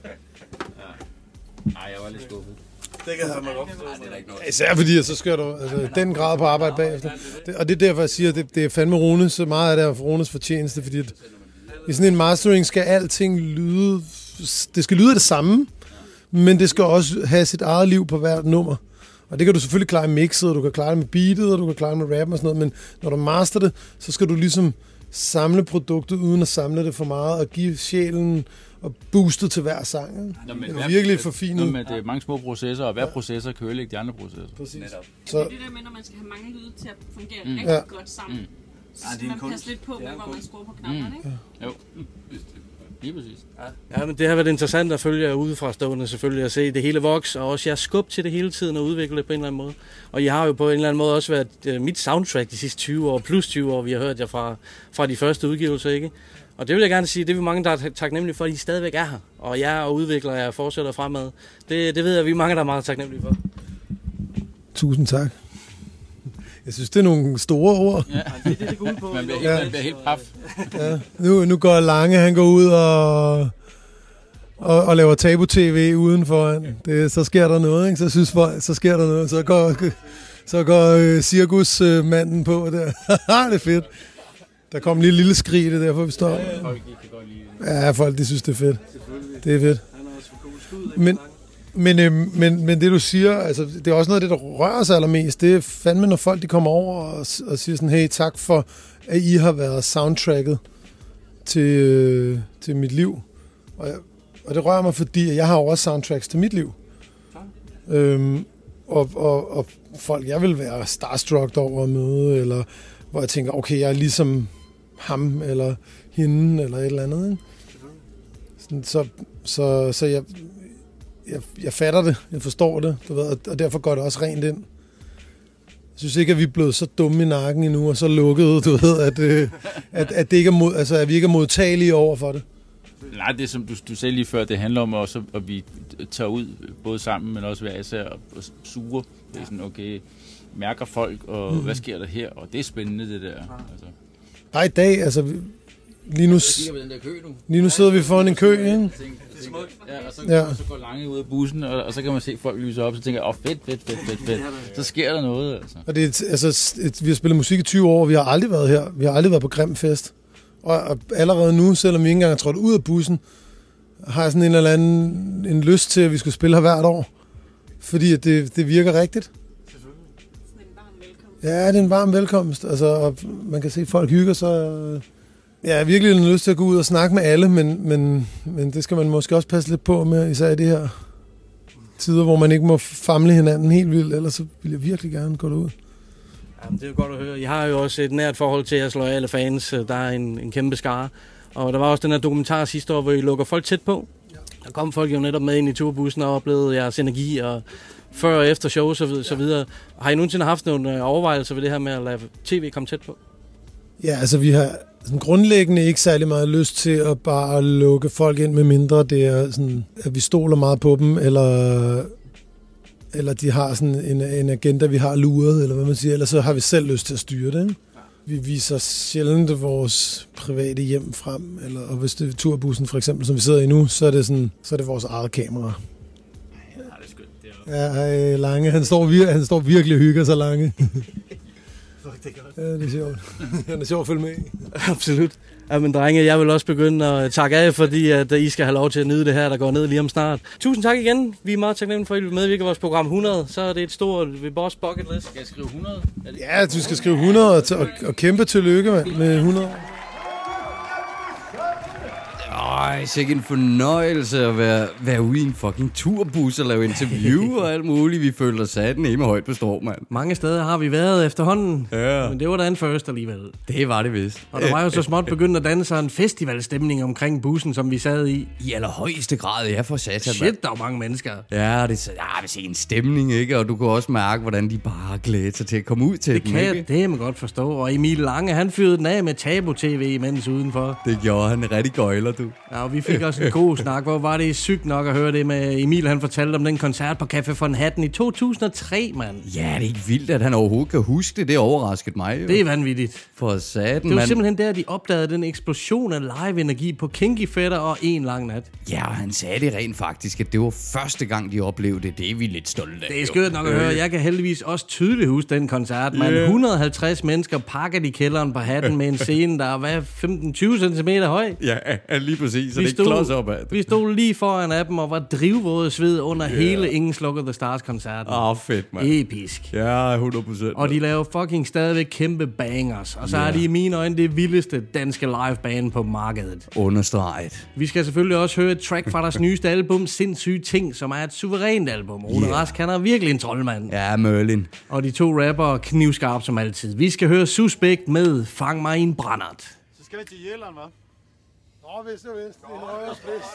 Speaker 15: jeg var lidt skuffet.
Speaker 1: Det kan jeg godt forstå.
Speaker 6: Især fordi, så skal du altså, den grad på arbejde bagefter. Det, og det er derfor, jeg siger, at det, det er fandme Rune, så meget af det er for Runes fortjeneste, fordi at, i sådan en mastering skal alting lyde, det skal lyde det samme, men det skal også have sit eget liv på hvert nummer. Og det kan du selvfølgelig klare i mixet, og du kan klare det med beatet, og du kan klare det med rappen og sådan noget, men når du master det, så skal du ligesom samle produktet, uden at samle det for meget, og give sjælen og boostet til hver sang. Nå, det er hver, virkelig forfinet.
Speaker 15: Nå, men det er mange små processer, og hver ja. processor kan ødelægge de andre processer.
Speaker 6: Præcis.
Speaker 16: Så det er det der med, når man skal have mange lyde til at fungere mm. rigtig ja. godt sammen. Mm. Så skal man passe lidt på med, hvor man skruer på knapperne, mm. ikke?
Speaker 15: Ja. Jo. Lige præcis.
Speaker 4: Ja. Ja, men det har været interessant at følge jer udefra stående selvfølgelig, at se det hele vokse, og også jeg skub til det hele tiden og udvikle det på en eller anden måde. Og I har jo på en eller anden måde også været uh, mit soundtrack de sidste tyve år, plus tyve år, vi har hørt jer fra, fra de første udgivelser, ikke? Og det vil jeg gerne sige, det er vi mange, der er taknemmelige for, at I stadigvæk er her. Og jeg og udvikler jer fortsætter fremad. Det, det ved jeg, vi er mange, der er meget taknemmelige for.
Speaker 6: Tusind tak. Jeg synes, det er nogle store ord.
Speaker 15: Ja, det er det, det går ud på. Man bliver, ja. man bliver helt paf.
Speaker 6: Ja. Nu, nu går Lange, han går ud og, og, og laver tabu-tv udenfor. Det, så sker der noget, ikke? Så synes folk, så sker der noget. Så går, så går øh, cirkusmanden på der. Det er fedt. Der kom lige et lille skrig, det derfor vi står. Ja, folk kan godt lide det. Ja, folk de synes, det er fedt. Det er fedt. Men, men, øh, men, men det du siger, altså, det er også noget af det, der rører sig allermest. Det er fandme, når folk de kommer over og, og siger sådan, hey, tak for, at I har været soundtracket til, øh, til mit liv. Og, jeg, og det rører mig, fordi jeg har også soundtracks til mit liv. Øhm, og, og, og folk, jeg vil være starstruck over at møde, eller hvor jeg tænker, okay, jeg er ligesom ham, eller hende, eller et eller andet. Ikke? Sådan, så så, så jeg, jeg, jeg fatter det, jeg forstår det, du ved, og derfor går det også rent ind. Jeg synes ikke, at vi er blevet så dumme i nakken endnu, og så lukkede, du ved, at, at, at, det ikke er mod, altså, at vi ikke er modtagelige over for det.
Speaker 15: Nej, det som du, du sagde lige før, det handler om også, at vi tager ud, både sammen, men også hver især, og, og suger. Det er sådan, okay, mærker folk, og mm. hvad sker der her? Og det er spændende, det der. Altså.
Speaker 6: Bare i dag, altså, vi, lige nu, lige nu sidder vi foran en kø, ikke?
Speaker 15: Ja, og så,
Speaker 6: ja.
Speaker 15: så går Lange ud af bussen, og, og så kan man se folk lyse op, så tænker jeg, åh, fedt, fedt, fedt, fedt, fedt. Så sker der noget, altså.
Speaker 6: Og det er et, altså, et, vi har spillet musik i tyve år, og vi har aldrig været her. Vi har aldrig været på Grimfest. Og, og allerede nu, selvom vi ikke engang er trådt ud af bussen, har jeg sådan en eller anden en lyst til, at vi skulle spille her hvert år. Fordi at det, det virker rigtigt. Ja, det er en varm velkomst. Altså, og man kan se, at folk hygger sig. Ja, jeg har virkelig en lyst til at gå ud og snakke med alle, men, men, men det skal man måske også passe lidt på med, især i de her tider, hvor man ikke må famle hinanden helt vildt, ellers så vil jeg virkelig gerne gå derud.
Speaker 4: Jamen, det er jo godt at høre. Jeg har jo også et nært forhold til jeres loyale fans. Der er en, en kæmpe skare. Og der var også den her dokumentar sidste år, hvor I lukker folk tæt på. Der kom folk jo netop med ind i turbussen og oplevede jeres energi og før og efter show og så videre. Har I nogensinde haft nogle overvejelser ved det her med at lade tv komme tæt på?
Speaker 6: Ja, altså vi har sådan grundlæggende ikke særlig meget lyst til at bare lukke folk ind, med mindre det er sådan, at vi stoler meget på dem, eller, eller de har sådan en, en agenda, vi har luret, eller hvad man siger, eller så har vi selv lyst til at styre det, ikke? Vi viser sjældent vores private hjem frem, eller, og hvis det er turbussen for eksempel, som vi sidder i nu, så er det, sådan, så er det vores eget kamera.
Speaker 15: Ja, det er skønt. Det er...
Speaker 6: Ja, hej, Lange. Han står, vir- han står virkelig og hygger sig, Lange. Ja, det er sjovt. Han er sjovt at følge med i.
Speaker 4: Absolut. Ja, men drenge, jeg vil også begynde at takke af, fordi at I skal have lov til at nyde det her, der går ned lige om snart. Tusind tak igen. Vi er meget taknemmelige for, at I vil medvirke i vores program hundrede. Så er det et stort Boss Bucket List.
Speaker 15: Skal jeg skrive hundrede?
Speaker 6: Ja, du skal skrive hundrede og, og, og kæmpe tillykke med, med hundrede.
Speaker 5: Ej, sikke en fornøjelse at være, være ude i en fucking turbus og lave interview og alt muligt. Vi føler os sat nemme højt på strå, mand.
Speaker 4: Mange steder har vi været efterhånden,
Speaker 5: ja.
Speaker 4: Men det var da en first alligevel.
Speaker 5: Det var det vist.
Speaker 4: Og der var jo så småt begyndt at danne sig en festivalstemning omkring bussen, som vi sad i.
Speaker 5: I allerhøjeste grad, ja, for satan.
Speaker 4: Shit, der var mange mennesker.
Speaker 5: Ja, det er, ja, det er en stemning, ikke? Og du kan også mærke, hvordan de bare glæder sig til at komme ud til
Speaker 4: det
Speaker 5: dem,
Speaker 4: kan
Speaker 5: ikke?
Speaker 4: Jeg det man godt forstå. Og Emil Lange, han fyrede den af med Tabu-tv imens udenfor.
Speaker 5: Det gjorde han rigtig gøjler, du.
Speaker 4: Ja, og vi fik også en god snak. Hvor var det sygt nok at høre det med Emil, han fortalte om den koncert på Café von Hatten i to tusind og tre, mand.
Speaker 5: Ja, det er ikke vildt, at han overhovedet kan huske det. Det overraskede mig jo.
Speaker 4: Det er vanvittigt.
Speaker 5: For satan,
Speaker 4: det var
Speaker 5: man...
Speaker 4: simpelthen der, de opdagede den eksplosion af live-energi på Kinky Fætter og en lang nat.
Speaker 5: Ja, og han sagde det rent faktisk, at det var første gang, de oplevede det. Det er vi lidt stolte af.
Speaker 4: Det er skørt nok at høre. Jeg kan heldigvis også tydeligt huske den koncert. Man, yeah. et hundrede og halvtreds mennesker pakket i kælderen på Hatten med en scene, der er femten til tyve centimeter høj.
Speaker 5: Ja, lige præcis. Så
Speaker 4: vi
Speaker 5: det er klods opad.
Speaker 4: Vi stod lige foran af dem og var drivvåde sved under yeah. hele Ingen Slukker the Stars-koncerten.
Speaker 5: Åh, oh, fedt, mand.
Speaker 4: Episk.
Speaker 5: Ja, hundrede procent.
Speaker 4: Og de laver fucking stadigvæk kæmpe bangers. Og så yeah. er de i mine øjne det vildeste danske liveband på markedet.
Speaker 5: Understreget.
Speaker 4: Vi skal selvfølgelig også høre et track fra deres nyeste album, Sindssyge Ting, som er et suverænt album. Rune yeah. Rask, han er virkelig en troldmand.
Speaker 5: Ja, Merlin.
Speaker 4: Og de to rapper knivskarp som altid. Vi skal høre Suspekt med Fang mig i en brændert.
Speaker 17: Så skal vi til Jylland, hva'?
Speaker 6: Nå, hvis du vidste. Det er højere spids.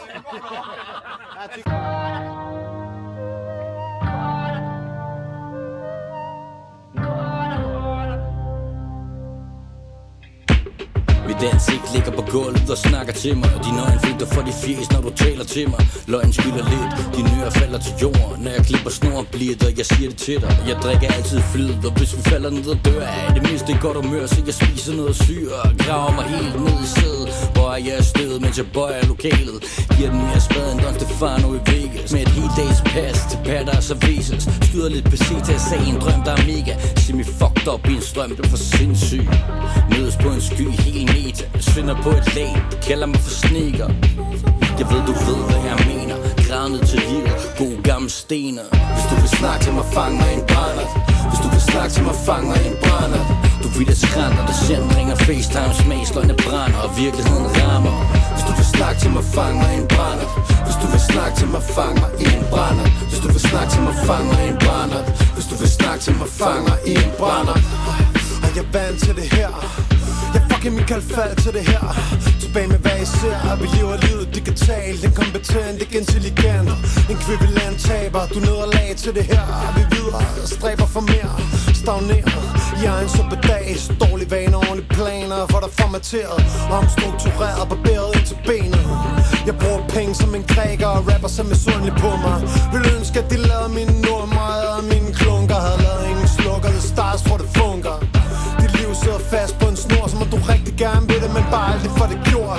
Speaker 18: Mit ansigt ligger på gulvet og snakker til mig. Dine øjne flytter for de fjes, når du taler til mig. Løgn skylder lidt, dine ører falder til jorden. Når jeg klipper snor, bliver det, jeg siger det til dig. Jeg drikker altid flyd, og hvis vi falder ned og dør, er det mindste godt humør, så jeg spiser noget syre og graver mig helt ned i sædet. Hvor er jeg stød, mens jeg bøjer lokalet. Giver den mere spad end Don Stefano i Vegas. Med et helt dags pas til patter og cervezas. Skyder lidt P C til at sige en drøm, der er mega semi-fucked up i en strøm, det er for sindssyg. Mødes på en sky, helt meta. Svinder på et lag, kalder mig for sneaker. Jeg ved, du ved, hvad jeg mener. Gravet ned til livet, god gammel stener. Hvis du vil snakke til mig, fang mig en brænder. Hvis du vil snakke til mig, fang mig en brænder. Du vil da skrænter, der sjældent ringer FaceTime, smagsløgne brænder, og virkeligheden rammer. Hvis du vil snakke til mig, fang mig en brænder. Hvis du vil snakke til mig, fang mig en brænder. Hvis du vil snakke til mig, fang mig en brænder. Hvis du vil snakke til mig, fang mig en brænder. Og jeg er vant til det her. Jeg fucking Michael Falk til det her. Tilbage med hvad I ser. Vi lever livet digitalt. En kompetent, ikke intelligent. En kvivalent taber. Du nederlag til det her. Vi videre, stræber for mere. Stagnerer. Jeg er en suppedags. Dårlig vaner, ordentlige planer. For der formateret. Omstruktureret, barberet ind til benet. Jeg bruger penge som en græker. Og rapper som er sundelig på mig. Vil ønske at de lavede mine nordmøjer. Og mine klunker havde lavet ingen slukker. The stars, hvor det funker. Dit liv sidder fast på en snor, som om du rigtig gerne vil det, men bare aldrig får det gjort.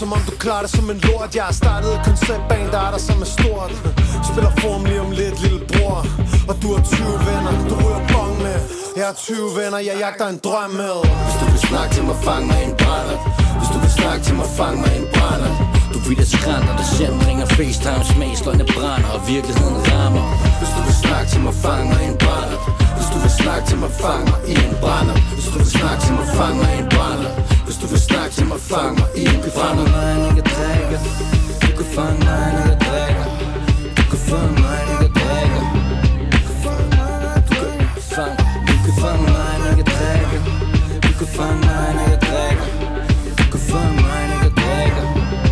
Speaker 11: som om du klarer det som en lort. Jeg har startet et konceptband, der er der som er stort. Spiller form lige om lidt, lille bror. Og du har tyve venner, du ryger bong med. Jeg har tyve venner, jeg jagter en drøm med.
Speaker 18: Hvis du vil snakke til mig, fang mig en brænder. Hvis du vil snakke til mig, fang mig en brænder. Du vil da skrænter, der selv ringer FaceTime, smagsløgne brænder, og virkeligheden rammer. Hvis du vil snakke til mig, fang mig en brænder. Hvis du vil snakke til mig, fang mig i en brænder. Hvis du vil snakke til mig, fang mig en brænder. Hvis du vil snakke til mig, fang mig i en brænder. Du kan fange mig, når jeg drikker. Du kan fange mig, når jeg drikker. Du kan fange mig, når jeg drikker. Du kan fange mig, du kan fange mig, når jeg drikker. Du kan fange mig, når jeg drikker. Du kan fange mig, når jeg drikker.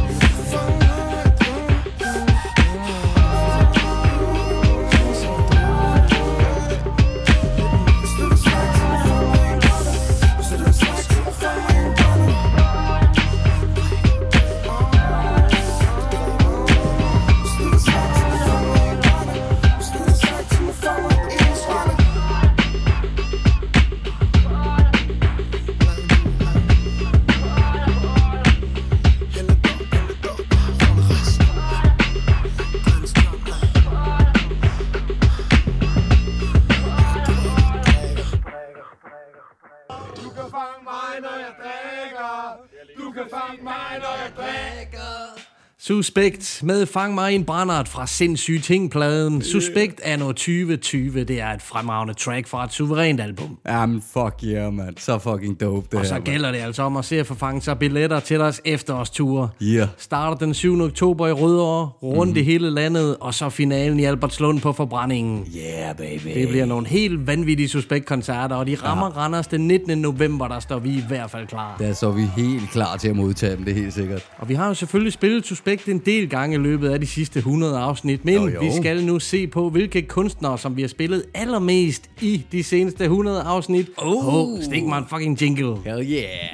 Speaker 4: Suspekt med Fang mig en brændert fra Sindssyge Ting-pladen. Suspekt anno tyve tyve, det er et fremragende track fra et suverænt album.
Speaker 5: Jamen fuck yeah, man. Så fucking dope det
Speaker 4: Og så
Speaker 5: her,
Speaker 4: gælder
Speaker 5: man.
Speaker 4: det altså om at se at få fanget sig billetter til deres efterårsture.
Speaker 5: Yeah.
Speaker 4: Starter den syvende oktober i Rødovre, rundt mm. i hele landet, og så finalen i Albertslund på Forbrændingen.
Speaker 5: Yeah, baby.
Speaker 4: Det bliver nogle helt vanvittige Suspekt-koncerter, og de rammer ja. Randers den nittende november, der står vi i hvert fald klar.
Speaker 5: Der står vi helt klar til at modtage dem, det er helt sikkert.
Speaker 4: Og vi har jo selvfølgelig spillet Suspekt en del gange i løbet af de sidste hundrede afsnit, men jo, jo. vi skal nu se på, hvilke kunstnere, som vi har spillet allermest i de seneste hundrede afsnit.
Speaker 5: Oh,
Speaker 4: oh stik mig en fucking jingle.
Speaker 5: Hell yeah.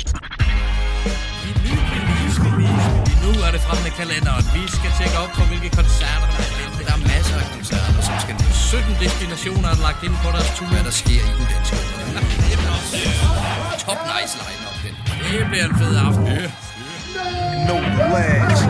Speaker 4: Nu er det fremme med kalenderen. Vi skal tjekke op på, hvilke koncerter der er vente.
Speaker 17: Der er masser af koncerter, som skal nå.
Speaker 4: sytten destinationer er lagt ind på deres tur.
Speaker 17: Hvad der sker i den danske top nice line-up, den.
Speaker 4: Det bliver en fed aften.
Speaker 3: No ledge.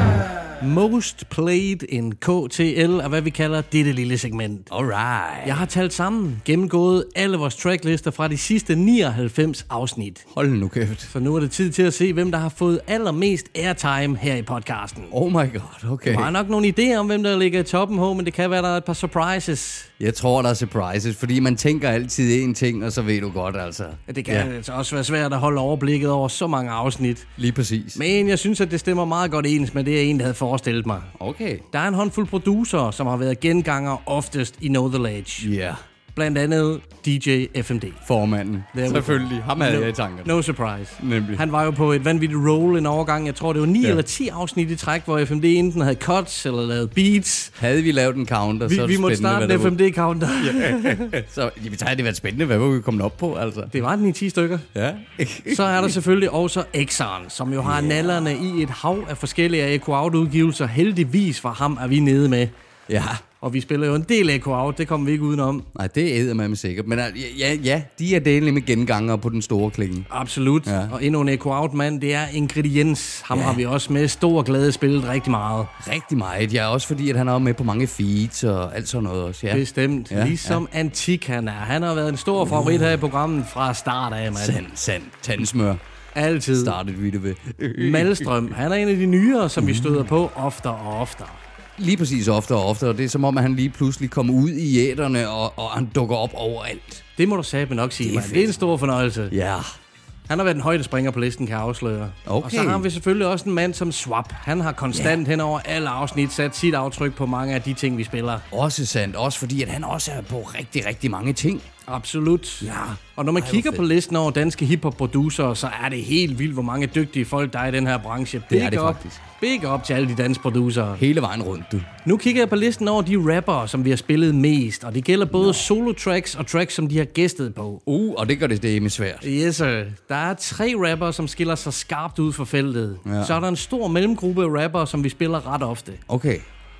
Speaker 4: Most Played in K T L er, hvad vi kalder dette lille segment.
Speaker 5: Alright.
Speaker 4: Jeg har talt sammen, gennemgået alle vores tracklister fra de sidste nioghalvfems afsnit.
Speaker 5: Hold nu kæft.
Speaker 4: Så nu er det tid til at se, hvem der har fået allermest airtime her i podcasten.
Speaker 5: Oh my god, okay.
Speaker 4: Jeg har nok nogle idéer om, hvem der ligger i toppen her, men det kan være, der er et par surprises.
Speaker 5: Jeg tror, der er surprises, fordi man tænker altid én ting, og så ved du godt, altså.
Speaker 4: Ja, det kan ja. altså også være svært at holde overblikket over så mange afsnit.
Speaker 5: Lige præcis.
Speaker 4: Men jeg synes, at det stemmer meget godt ens med det, jeg egentlig havde forestillet mig.
Speaker 5: Okay.
Speaker 4: Der er en håndfuld producer, som har været genganger oftest i Know The Ledge.
Speaker 5: Ja. Yeah.
Speaker 4: Blandt andet D J F M D.
Speaker 5: Formanden. Selvfølgelig. Ham havde
Speaker 4: no,
Speaker 5: jeg i tankerne.
Speaker 4: No surprise.
Speaker 5: Nemlig.
Speaker 4: Han var jo på et vanvittigt roll en overgang. Jeg tror, det var ni ja. eller ti afsnit i træk, hvor F M D enten havde cuts eller lavet beats.
Speaker 5: Havde vi lavet en counter,
Speaker 4: vi,
Speaker 5: så er det
Speaker 4: vi måtte starte en F M D-counter.
Speaker 5: Ja. Så vi tager det været spændende. Hvad var vi kommet op på, altså?
Speaker 4: Det var den i ti stykker.
Speaker 5: Ja.
Speaker 4: Så er der selvfølgelig også Exxon, som jo har yeah. nallerne i et hav af forskellige Echo Out-udgivelser. Heldigvis for ham er vi nede med.
Speaker 5: Ja.
Speaker 4: Og vi spiller jo en del Echo Out, det kommer vi ikke udenom.
Speaker 5: Nej, det æder man sikkert. Men ja, ja, de er dele med genganger på den store klinge.
Speaker 4: Absolut. Ja. Og endnu en Echo Out-mand, det er Ingrediens. Ham ja. har vi også med stor glæde spillet rigtig meget.
Speaker 5: Rigtig meget, ja. Også fordi, at han er med på mange feats og alt sådan noget også. Ja.
Speaker 4: Bestemt. Ja. Ligesom ja. Antik han er. Han har været en stor favorit her i programmet fra start af, mand.
Speaker 5: Sand, sand. Tandsmør.
Speaker 4: Altid.
Speaker 5: Startet vi det ved.
Speaker 4: Malstrøm, han er en af de nyere, som vi støder på oftere og oftere.
Speaker 5: Lige præcis oftere og oftere. Det er som om, at han lige pludselig kommer ud i æterne, og, og han dukker op overalt.
Speaker 4: Det må du satme nok sige, det, det er en stor fornøjelse.
Speaker 5: Ja.
Speaker 4: Han har været en højdespringer på listen, kan jeg afsløre.
Speaker 5: Okay.
Speaker 4: Og så har vi selvfølgelig også en mand som Swap. Han har konstant yeah. hen over alle afsnit sat sit aftryk på mange af de ting, vi spiller.
Speaker 5: Også sandt. Også fordi, at han også er på rigtig, rigtig mange ting.
Speaker 4: Absolut.
Speaker 5: Ja.
Speaker 4: Og når man Ej, kigger på listen over danske hiphop-producer, så er det helt vildt, hvor mange dygtige folk der er i den her branche. Big
Speaker 5: det er det
Speaker 4: up.
Speaker 5: faktisk.
Speaker 4: Big up til alle de danske producer.
Speaker 5: Hele vejen rundt, du.
Speaker 4: Nu kigger jeg på listen over de rappere, som vi har spillet mest. Og det gælder både no. solo-tracks og tracks, som de har gæstet på.
Speaker 5: Uh, og det gør det det med svært.
Speaker 4: Yes, sir. Der er tre rappere, som skiller sig skarpt ud for feltet. Ja. Så er der en stor mellemgruppe af rappere, som vi spiller ret ofte.
Speaker 5: Okay.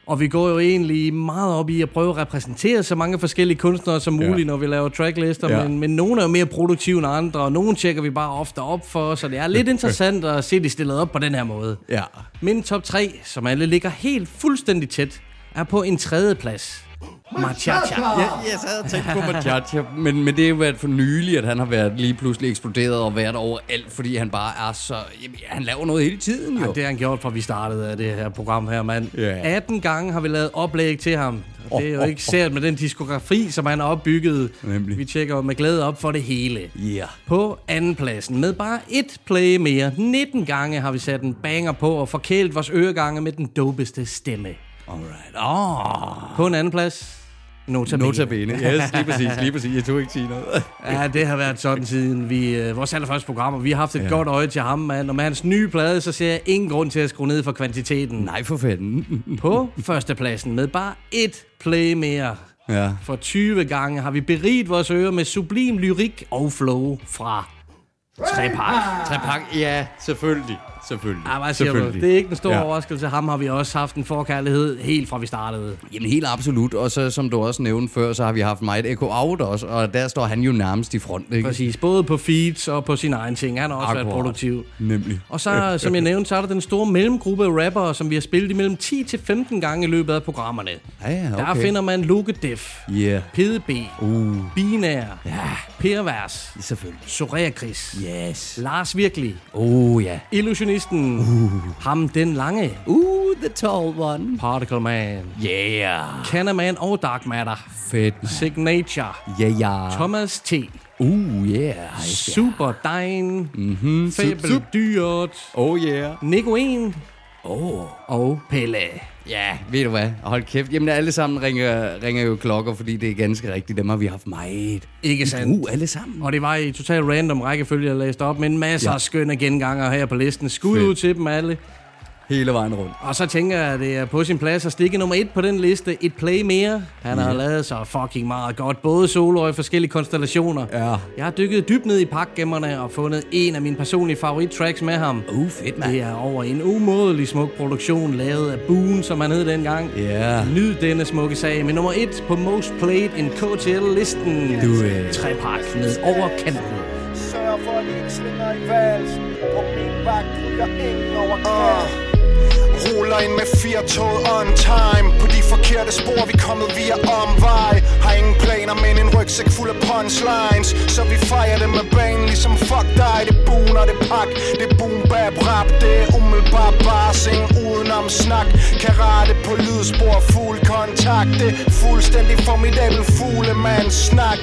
Speaker 4: Og vi går jo egentlig meget op i at prøve at repræsentere så mange forskellige kunstnere som muligt, ja. når vi laver tracklister. Ja. Men, men nogle er jo mere produktive end andre, og nogle tjekker vi bare ofte op for, så det er lidt interessant at se de stillet op på den her måde.
Speaker 5: Ja.
Speaker 4: Min top tre, som alle ligger helt fuldstændig tæt, er på en tredje plads. Machacha.
Speaker 5: Ja, jeg sad og tænkte på Machacha, men, men det er jo været for nylig, at han har været lige pludselig eksploderet og været overalt, fordi han bare er så... Jamen, han laver noget hele tiden, jo.
Speaker 4: Ja, det har han gjort, fra vi startede af det her program her, mand.
Speaker 5: Yeah.
Speaker 4: atten gange har vi lavet oplæg til ham. Og det er jo
Speaker 5: oh,
Speaker 4: ikke sært med den diskografi, som han har opbygget.
Speaker 5: Nemlig.
Speaker 4: Vi tjekker med glæde op for det hele.
Speaker 5: Yeah.
Speaker 4: På andenpladsen, med bare et play mere, nitten gange har vi sat en banger på og forkælet vores øregange med den dopeste stemme.
Speaker 5: Alright. Oh.
Speaker 4: På en anden plads, Nota Bene.
Speaker 5: Nota Bene, yes, lige præcis, lige præcis. Jeg tog ikke sige noget.
Speaker 4: Ja, det har været sådan siden vi, øh, vores allerførste program, og vi har haft et ja. godt øje til ham, mand. Og med hans nye plade, så ser jeg ingen grund til at skrue ned for kvantiteten.
Speaker 5: Nej, for fanden.
Speaker 4: På førstepladsen, med bare et play mere.
Speaker 5: Ja.
Speaker 4: For tyve gange har vi beriget vores ører med sublim lyrik og flow fra Trepak.
Speaker 5: Trepak, ja, selvfølgelig. Selvfølgelig.
Speaker 4: Ja, hvad siger du? Det er ikke en stor ja. overraskelse. Ham har vi også haft en forkærlighed helt fra vi startede.
Speaker 5: Jamen helt absolut. Og så som du også nævnte før, så har vi haft meget Echo Out også, og der står han jo nærmest i front, ikke?
Speaker 4: Præcis. Både på feeds og på sin egen ting. Han har også Akkurat. været produktiv.
Speaker 5: Nemlig.
Speaker 4: Og så, som jeg nævnte, så er der den store mellemgruppe af rappere, som vi har spillet imellem ti til femten gange i løbet af programmerne.
Speaker 5: Ja, ja, okay.
Speaker 4: Der finder man Luke Def,
Speaker 5: yeah.
Speaker 4: P D B,
Speaker 5: uh.
Speaker 4: Binær,
Speaker 5: ja.
Speaker 4: Pervers,
Speaker 5: selvfølgelig.
Speaker 4: Soraya Chris,
Speaker 5: yes.
Speaker 4: Lars Virkelig,
Speaker 5: oh, ja.
Speaker 4: Illusionisten,
Speaker 5: uh.
Speaker 4: ham den lange,
Speaker 5: uh, the tall one,
Speaker 4: Particle Man,
Speaker 5: yeah,
Speaker 4: Cannaman og Dark Matter,
Speaker 5: fedt,
Speaker 4: Signature,
Speaker 5: yeah, yeah.
Speaker 4: Thomas T,
Speaker 5: uh, yeah,
Speaker 4: Super Dine,
Speaker 5: mm-hmm.
Speaker 4: Fabel Dyrt,
Speaker 5: oh yeah,
Speaker 4: Nicoen,
Speaker 5: oh.
Speaker 4: og Pelle.
Speaker 5: Ja, ved du hvad? Hold kæft. Jamen, alle sammen ringer, ringer jo klokker, fordi det er ganske rigtigt. Dem har vi haft meget.
Speaker 4: Ikke sandt?
Speaker 5: Uh, alle sammen.
Speaker 4: Og det var i total random rækkefølge, jeg læste op, men masser ja. af skønne genganger her på listen. Skud ud til dem alle.
Speaker 5: Hele vejen rundt.
Speaker 4: Og så tænker jeg, at det er på sin plads at stikke nummer et på den liste. Et play mere. Han har yeah. lavet så fucking meget godt. Både solo og i forskellige konstellationer.
Speaker 5: Ja.
Speaker 4: Jeg har dykket dybt ned i pakgemmerne og fundet en af mine personlige favorittracks med ham.
Speaker 5: Uh, fedt, mand.
Speaker 4: Det er over en umådelig smuk produktion, lavet af Boone, som han hed dengang.
Speaker 5: Ja. Yeah.
Speaker 4: Nyd denne smukke sag. Med nummer et på Most Played in K T L-listen.
Speaker 5: Du er...
Speaker 4: Trepak med over kanten.
Speaker 19: Sørg for, at de ikke slinger i valsen. På min vagt ryger ingen over kanten.
Speaker 11: Ruller ind med firetoget on time. På de forkerte spor, vi kommet via omvej. Har ingen planer, men en rygsæk fuld af punchlines. Så vi fejrer det med banen ligesom fuck dig. Det boom og det pak, det boom bap rap. Det er umiddelbart barsing udenom snak. Karate på lydspor, fuld kontakt. Det er fuldstændig formidabel fuglemand snak.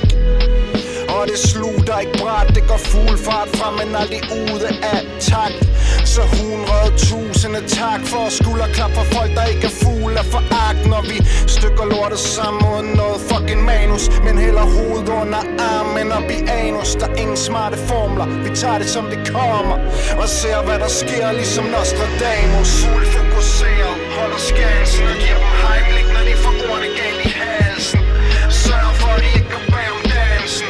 Speaker 11: Og det slutter ikke bræt, det går fuld fart frem, men aldrig ude af takt. Så hundrede tusinde tak for skulderklap for folk, der ikke er fugle af foragt. Når vi stykker lortet sammen uden noget fucking manus, men hælder hovedet under armen op i anus. Der er ingen smarte formler, vi tager det som det kommer og ser hvad der sker ligesom Nostradamus. Fuld fokuseret, holder skansen og giver dem heimlich, når de får ordene galt i halsen. Sørg for at de ikke går bag om dansen.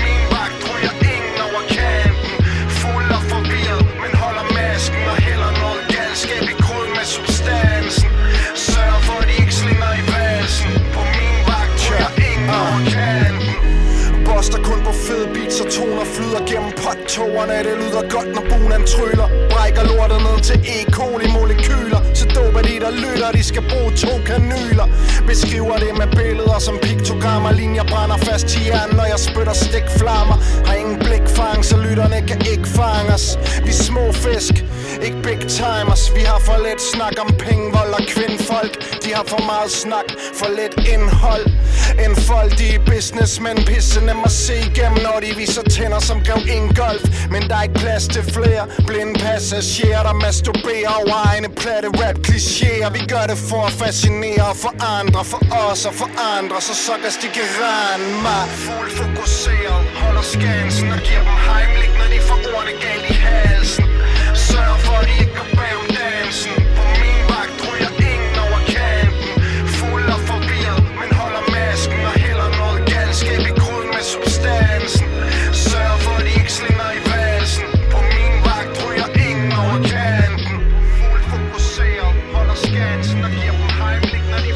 Speaker 11: Der kun på fede beats og toner flyder gennem pottogerne. Det lyder godt, når bunen tryller. Brækker lortet ned til E. coli molekyler. Så doper de, der lytter, de skal bruge to kanyler. Beskriver det med billeder som piktogrammer. Linjer brænder fast til hjernen, når jeg spytter stikflammer. Har ingen blikfang, så lytterne kan ikke fange os. Vi små fisk, ikke big timers. Vi har for lidt snak om penge, vold og kvindfolk. De har for meget snak, for lidt indhold. En foldige businessmen, pisse nem at se igennem, når de viser tænder som Grev Ingolf. Men der er ikke plads til flere blinde passagerer, der masturberer over egne platte rap klichéer. Vi gør det for at fascinere og forandre, for os og for andre, så sukkers de kan rende mig. Fuld fokuseret, holder skansen og giver dem heimlich, når de får ordene galt i halsen. Sørg for at de ikke går bag om dansen. På min vagt ryger ingen over kanten. Fuld og forvirret, men holder masken og hælder noget galskab i gryden med substansen. Sørg for at de ikke slinger i valsen. På min vagt ryger ingen over kanten. Fuld fokuseret, holder skansen og giver dem heimlich, når de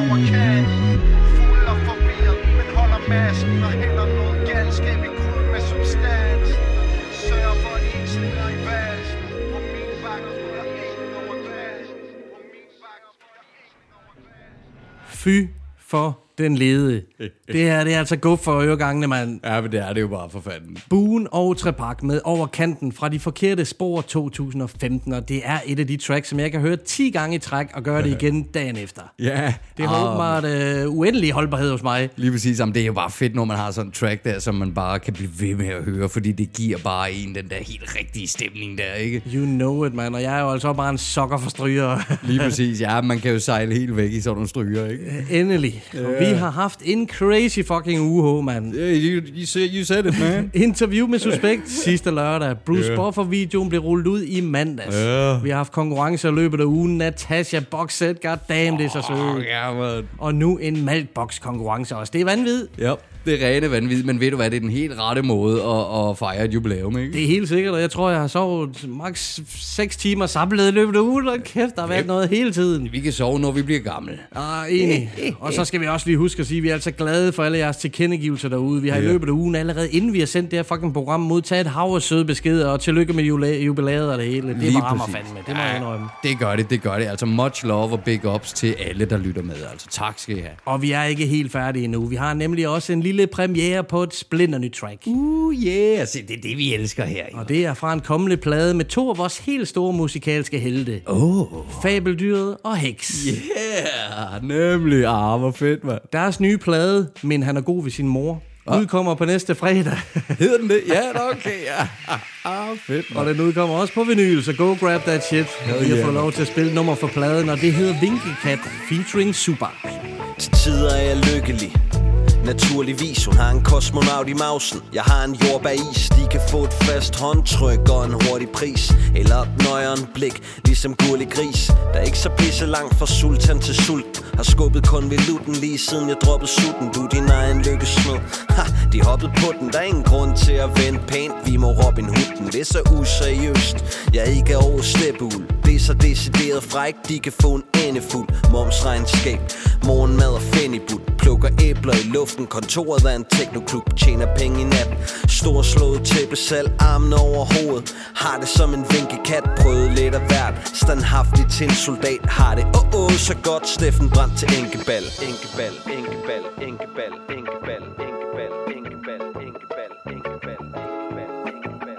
Speaker 19: over kant. Fuld og forvirret, men holder masken og hælder noget galskab i kruden med substans. Sørger for, at de ikke slinger i vasken. På min bakke ruller ingen over glas. På min bakke ruller ingen over glas.
Speaker 4: Fy for den lede. Det her, det er altså godt for øregangene, mand.
Speaker 5: Ja, men det er det jo bare for fanden.
Speaker 4: Buen og Trepak med Over kanten fra De forkerte spor to tusind og femten, og det er et af de tracks, som jeg kan høre ti gange i træk og gøre det igen dagen efter.
Speaker 5: Ja.
Speaker 4: Det har åbenbart uh, uendelig holdbarhed hos mig.
Speaker 5: Lige præcis, det er jo bare fedt, når man har sådan en track der, som man bare kan blive ved med at høre, fordi det giver bare en den der helt rigtige stemning der, ikke?
Speaker 4: You know it, man, og jeg er jo altså bare en sokker for stryger.
Speaker 5: Lige præcis, ja, man kan jo sejle helt væk i sådan nogle stryger, ikke?
Speaker 4: Endelig. Yeah. Vi har haft en crazy fucking uge, man.
Speaker 5: Yeah, you, you, said, you said it, man.
Speaker 4: Interview med Suspekt sidste lørdag. Bruce yeah. Buffer-videoen blev rullet ud i mandags. Yeah. Vi har haft konkurrencer i løbet af ugen. Natasha Boxset, goddamn, det er så sødt.
Speaker 5: Oh, yeah,
Speaker 4: og nu en maltbox-konkurrence også. Det er vanvid.
Speaker 5: Ja. Yep. Det er rene vanvid, men ved du hvad, det er den helt rette måde at, at fejre et jubilæum, ikke?
Speaker 4: Det er helt sikkert, og jeg tror, jeg har sovet maks seks timer samlet i løbet af ugen, og kæft, der har været yep. noget hele tiden.
Speaker 5: Vi kan sove, når vi bliver gamle.
Speaker 4: Ah, enig. Og så skal vi også lige huske at sige, at vi er altså glade for alle jeres tilkendegivelser derude. Vi har yeah. i løbet af ugen, allerede inden vi har sendt det her fucking program, modtaget et hav af søde beskeder, og tillykke med jubilæet og det hele. Det lige rammer fandme, det må jeg indrømme.
Speaker 5: Det gør det, det gør det. Altså much love og big ups til alle, der lytter med. Altså tak skal I have.
Speaker 4: Og vi er ikke helt færdige endnu. Vi har nemlig også en lille premiere på et splinternyt track.
Speaker 5: Uh, yeah. Altså, det er det, vi elsker her.
Speaker 4: Og det er fra en kommende plade med to af vores helt store musikalske helte.
Speaker 5: Oh.
Speaker 4: Fabeldyret og Heks.
Speaker 5: Yeah, nemlig. Ah, hvor fedt, mand.
Speaker 4: Deres nye plade, Men han er god ved sin mor, ah. udkommer på næste fredag.
Speaker 5: Hedder den det? Ja, okay, ja. Ah, fedt, man.
Speaker 4: Og den udkommer også på vinyl, så go grab that shit. Og vi har fået lov til at spille nummer for pladen, og det hedder Vinkelkat featuring Super.
Speaker 20: Til tider er jeg lykkelig. Naturligvis, hun har en kosmonaut i mausen. Jeg har en jordbæris, de kan få et fast håndtryk og en hurtig pris. Eller et nøjeren blik, ligesom gurlig gris. Der er ikke så pisse langt fra sultan til sult. Har skubbet konvolutten lige siden jeg droppede sutten. Du din egen lykkesmed. Ha, de hoppede på den, der er ingen grund til at vente pænt. Vi må Robin Hood den, det er så useriøst. Jeg er ikke over steppeul. Det er så decideret fræk, de kan få en endefuld. Momsregnskab, morgenmad og fennibut. Plukker æbler i luften, kontoret er en teknoklub. Tjener penge i nat, storslået tæppesal, armene over hovedet. Har det som en vinkekat, prøvet lidt af hvert. Standhaftigt til en soldat, har det åh oh, oh, så godt. Steffen Brandt til enkebal. Enkebal, enkebal, enkebal, enkebal, enkebal, enkebal, enkebal, enkebal, enkebal, enkebal,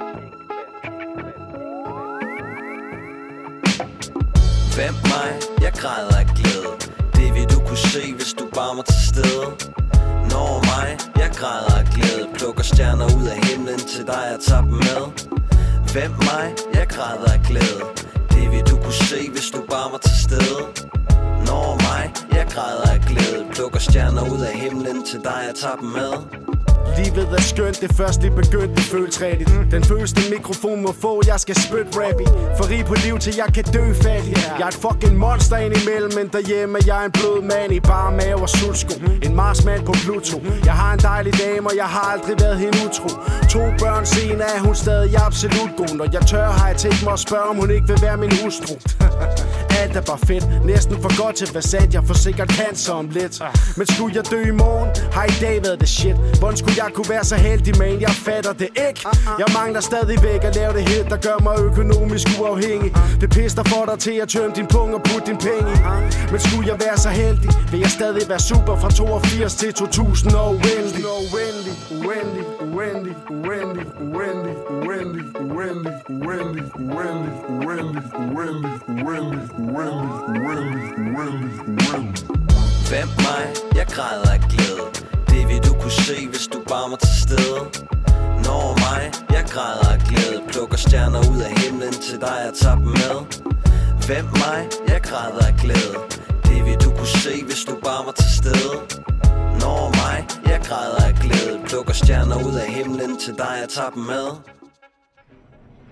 Speaker 20: enkebal. Hvem mig? Jeg græder af glæde. Det vil du kunne se, hvis du bare var til stede. Når mig, jeg græder af glæde. Plukker stjerner ud af himlen til dig, jeg tager dem med. Hvem mig, jeg græder af glæde. Det vil du kunne se, hvis du bare var til stede. Når mig, jeg græder af glæde. Plukker stjerner ud af himlen til dig, jeg tager dem med.
Speaker 11: Livet er skønt, det først lige begyndt, det føles rigtigt. Den føleste mikrofon må få, jeg skal spytte rap i. For rig på liv til jeg kan dø fattig. Jeg er et fucking monster indimellem, men derhjemme jeg er en blød mand i bare mave og sultsko. En marsmand på Pluto. Jeg har en dejlig dame, og jeg har aldrig været hende utro. To børn senere er hun stadig absolut god. Når jeg tør, har jeg tænkt mig at spørge, om hun ikke vil være min hustru. Alt er bare fedt, næsten for godt til at være sandt. Jeg får sikkert cancer om lidt. Men skulle jeg dø i morgen, har i dag været det shit. Hvordan skulle jeg kunne være så heldig, man? Jeg fatter det ikke. Jeg mangler stadigvæk at lave det hit, der gør mig økonomisk uafhængig. Det pis, der får dig til at tømme din pung og putte din penge i. Men skulle jeg være så heldig, vil jeg stadig være super fra toogfirs til to tusind og uendelig. Uendelig, uendelig, uendelig, uendelig, uendelig, uendelig, uendelig, uendelig, uendelig, uendelig, uendelig, uendelig, uendelig, uendelig, uendelig, uendelig.
Speaker 20: Hvem mig? Jeg græder af glæde. Det vil du kunne se, hvis du bare var til stede. Når mig? Jeg græder af glæde. Plukker stjerner ud af himlen til dig, jeg tager dem med. Hvem mig? Jeg græder af glæde. Det vil du kunne se, hvis du bare var til stede. Når mig? Jeg græder af glæde. Plukker stjerner ud af himlen til dig, jeg tager dem med.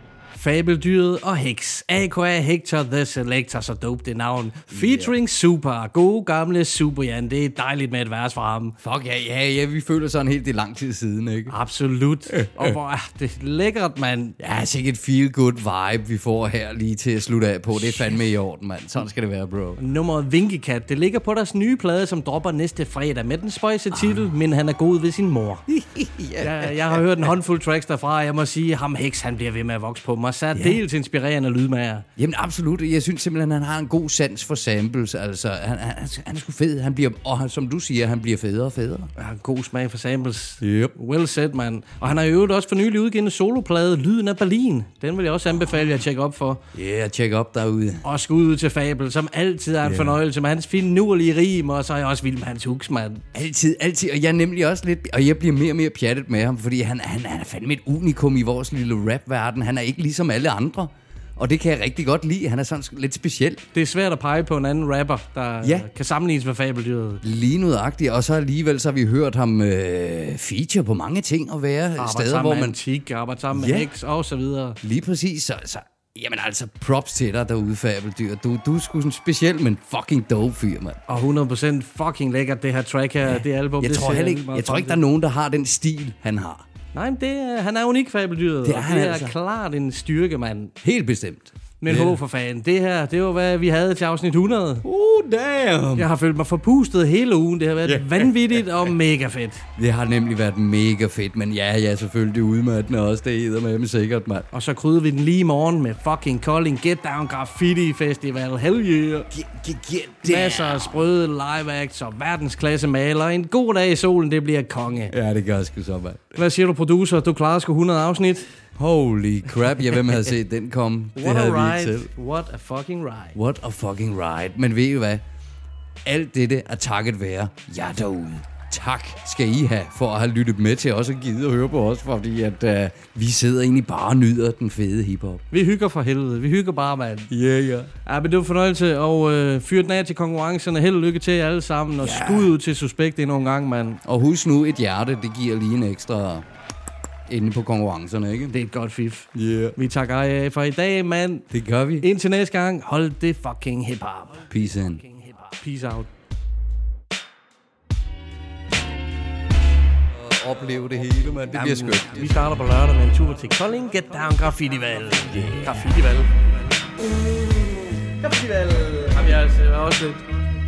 Speaker 4: Fabeldyret og Hex. A K A Hector the Selector, så dope det navn. Featuring yeah. Super. God gamle Super, Jan. Det er dejligt med et vers fra ham.
Speaker 5: Fuck ja, ja, ja, vi føler sådan helt det lang tid siden, ikke?
Speaker 4: Absolut. Og hvor er det lækkert, mand.
Speaker 5: Ja, sikkert et feel good vibe, vi får her lige til at slutte af på. Det er fandme i orden, mand. Sådan skal det være, bro.
Speaker 4: Nummeret Vinkekat, det ligger på deres nye plade, som dropper næste fredag med den spøjse titel, ah. Men han er god ved sin mor. ja. jeg, jeg har hørt en håndfuld tracks derfra, og jeg må sige, ham Hex, han bliver ved med at vokse på mig. Særdeles ja. Inspirerende lydmager.
Speaker 5: Jamen absolut. Jeg synes simpelthen, han har en god sans for samples. Altså, han, han, han er sgu fed. Han bliver, og som du siger, han bliver federe og federe.
Speaker 4: Han har en god smag for samples.
Speaker 5: Yep.
Speaker 4: Well said, man. Og han har jo også for nylig udgivet en soloplade, Lyden af Berlin. Den vil jeg også anbefale jer at tjekke op for.
Speaker 5: Ja, yeah, tjek op derude.
Speaker 4: Og skud ud til Fabel, som altid er en yeah. fornøjelse med hans finurlige rim, og så er jeg også vild med hans hooks, mand.
Speaker 5: Altid, altid. Og jeg er nemlig også lidt, og jeg bliver mere og mere pjattet med ham, fordi han, han, han er fandme et unikum i vores lille rap-verden. Han er ikke ligesom alle andre. Og det kan jeg rigtig godt lide. Han er sådan lidt speciel.
Speaker 4: Det er svært at pege på en anden rapper, der ja. kan sammenlignes med Fabeldyret.
Speaker 5: Lige nøjagtigt. Og så alligevel så har vi hørt ham øh, feature på mange ting og være arbejde steder, hvor man...
Speaker 4: Antik, arbejde sammen ja. med Hex og så videre.
Speaker 5: Lige præcis. Så, så jamen altså, props til dig derude, Fabeldyr. Du, du er sgu sådan speciel, men fucking dope fyr, mand.
Speaker 4: Og hundrede procent fucking lækkert, det her track her, ja. det album.
Speaker 5: Jeg
Speaker 4: det
Speaker 5: tror heller ikke, jeg tror ikke, der er nogen, der har den stil, han har.
Speaker 4: Nej, men det er, han er unik, Fabeldyret.
Speaker 5: Det er,
Speaker 4: det er
Speaker 5: altså.
Speaker 4: klart en styrke, mand.
Speaker 5: Helt bestemt.
Speaker 4: Men yeah. for fanden, det her, det var hvad vi havde til afsnit hundrede.
Speaker 5: Uh, damn!
Speaker 4: Jeg har følt mig forpustet hele ugen. Det har været yeah. vanvittigt og mega fedt.
Speaker 5: Det har nemlig været mega fedt, men ja, ja, selvfølgelig udmattende også. Det hedder med dem sikkert, mand.
Speaker 4: Og så krydder vi den lige i morgen med fucking Kolding Get Down Graffiti Festival. Hell yeah!
Speaker 5: Get, get, get down!
Speaker 4: Masser af sprøde live acts og verdensklasse maler. En god dag i solen, det bliver konge.
Speaker 5: Ja, det gør sgu så, mand.
Speaker 4: Hvad siger du, producer? Du klarer sgu hundrede afsnit.
Speaker 5: Holy crap, jeg hvem havde set den komme. Det
Speaker 4: What
Speaker 5: havde
Speaker 4: a
Speaker 5: vi ikke
Speaker 4: ride.
Speaker 5: selv.
Speaker 4: What a fucking ride.
Speaker 5: What a fucking ride. Men ved I hvad? Alt dette er takket være jer derude. Tak skal I have for at have lyttet med til os og givet at høre på os, fordi at uh, vi sidder egentlig bare og nyder den fede hiphop.
Speaker 4: Vi hygger for helvede. Vi hygger bare, mand.
Speaker 5: Ja, yeah, ja. Yeah.
Speaker 4: Ja, men det var fornøjelse og øh, fyre den af til konkurrencerne. Held og lykke til jer alle sammen, og yeah. skud ud til Suspekt endnu en gang, mand.
Speaker 5: Og husk nu, et hjerte, det giver lige en ekstra... inde på konkurrencerne, ikke?
Speaker 4: Det er et godt fif.
Speaker 5: Yeah.
Speaker 4: Vi takker af for i dag, mand.
Speaker 5: Det gør vi.
Speaker 4: Indtil næste gang, hold det fucking hip-hop.
Speaker 5: Peace in.
Speaker 4: Peace out.
Speaker 5: Og opleve det hele, mand. Det bliver skønt.
Speaker 4: Vi starter på lørdag med en tur til Kolding Get Down Graffitival. Yeah. Graffitival. Graffitival. Har vi altså også lidt.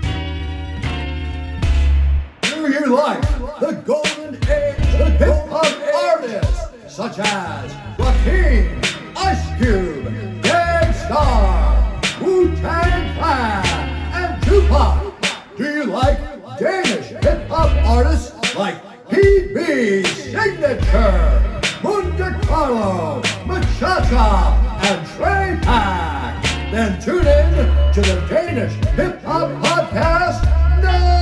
Speaker 1: Do you like the golden age of hip-hop artists such as Rakim, Ice Cube, Gang Starr, Wu-Tang Clan, and Tupac? Do you like Danish hip-hop artists like P B Signature, Monte Carlo, Machacha, and Trey Pack? Then tune in to the Danish Hip Hop Podcast now!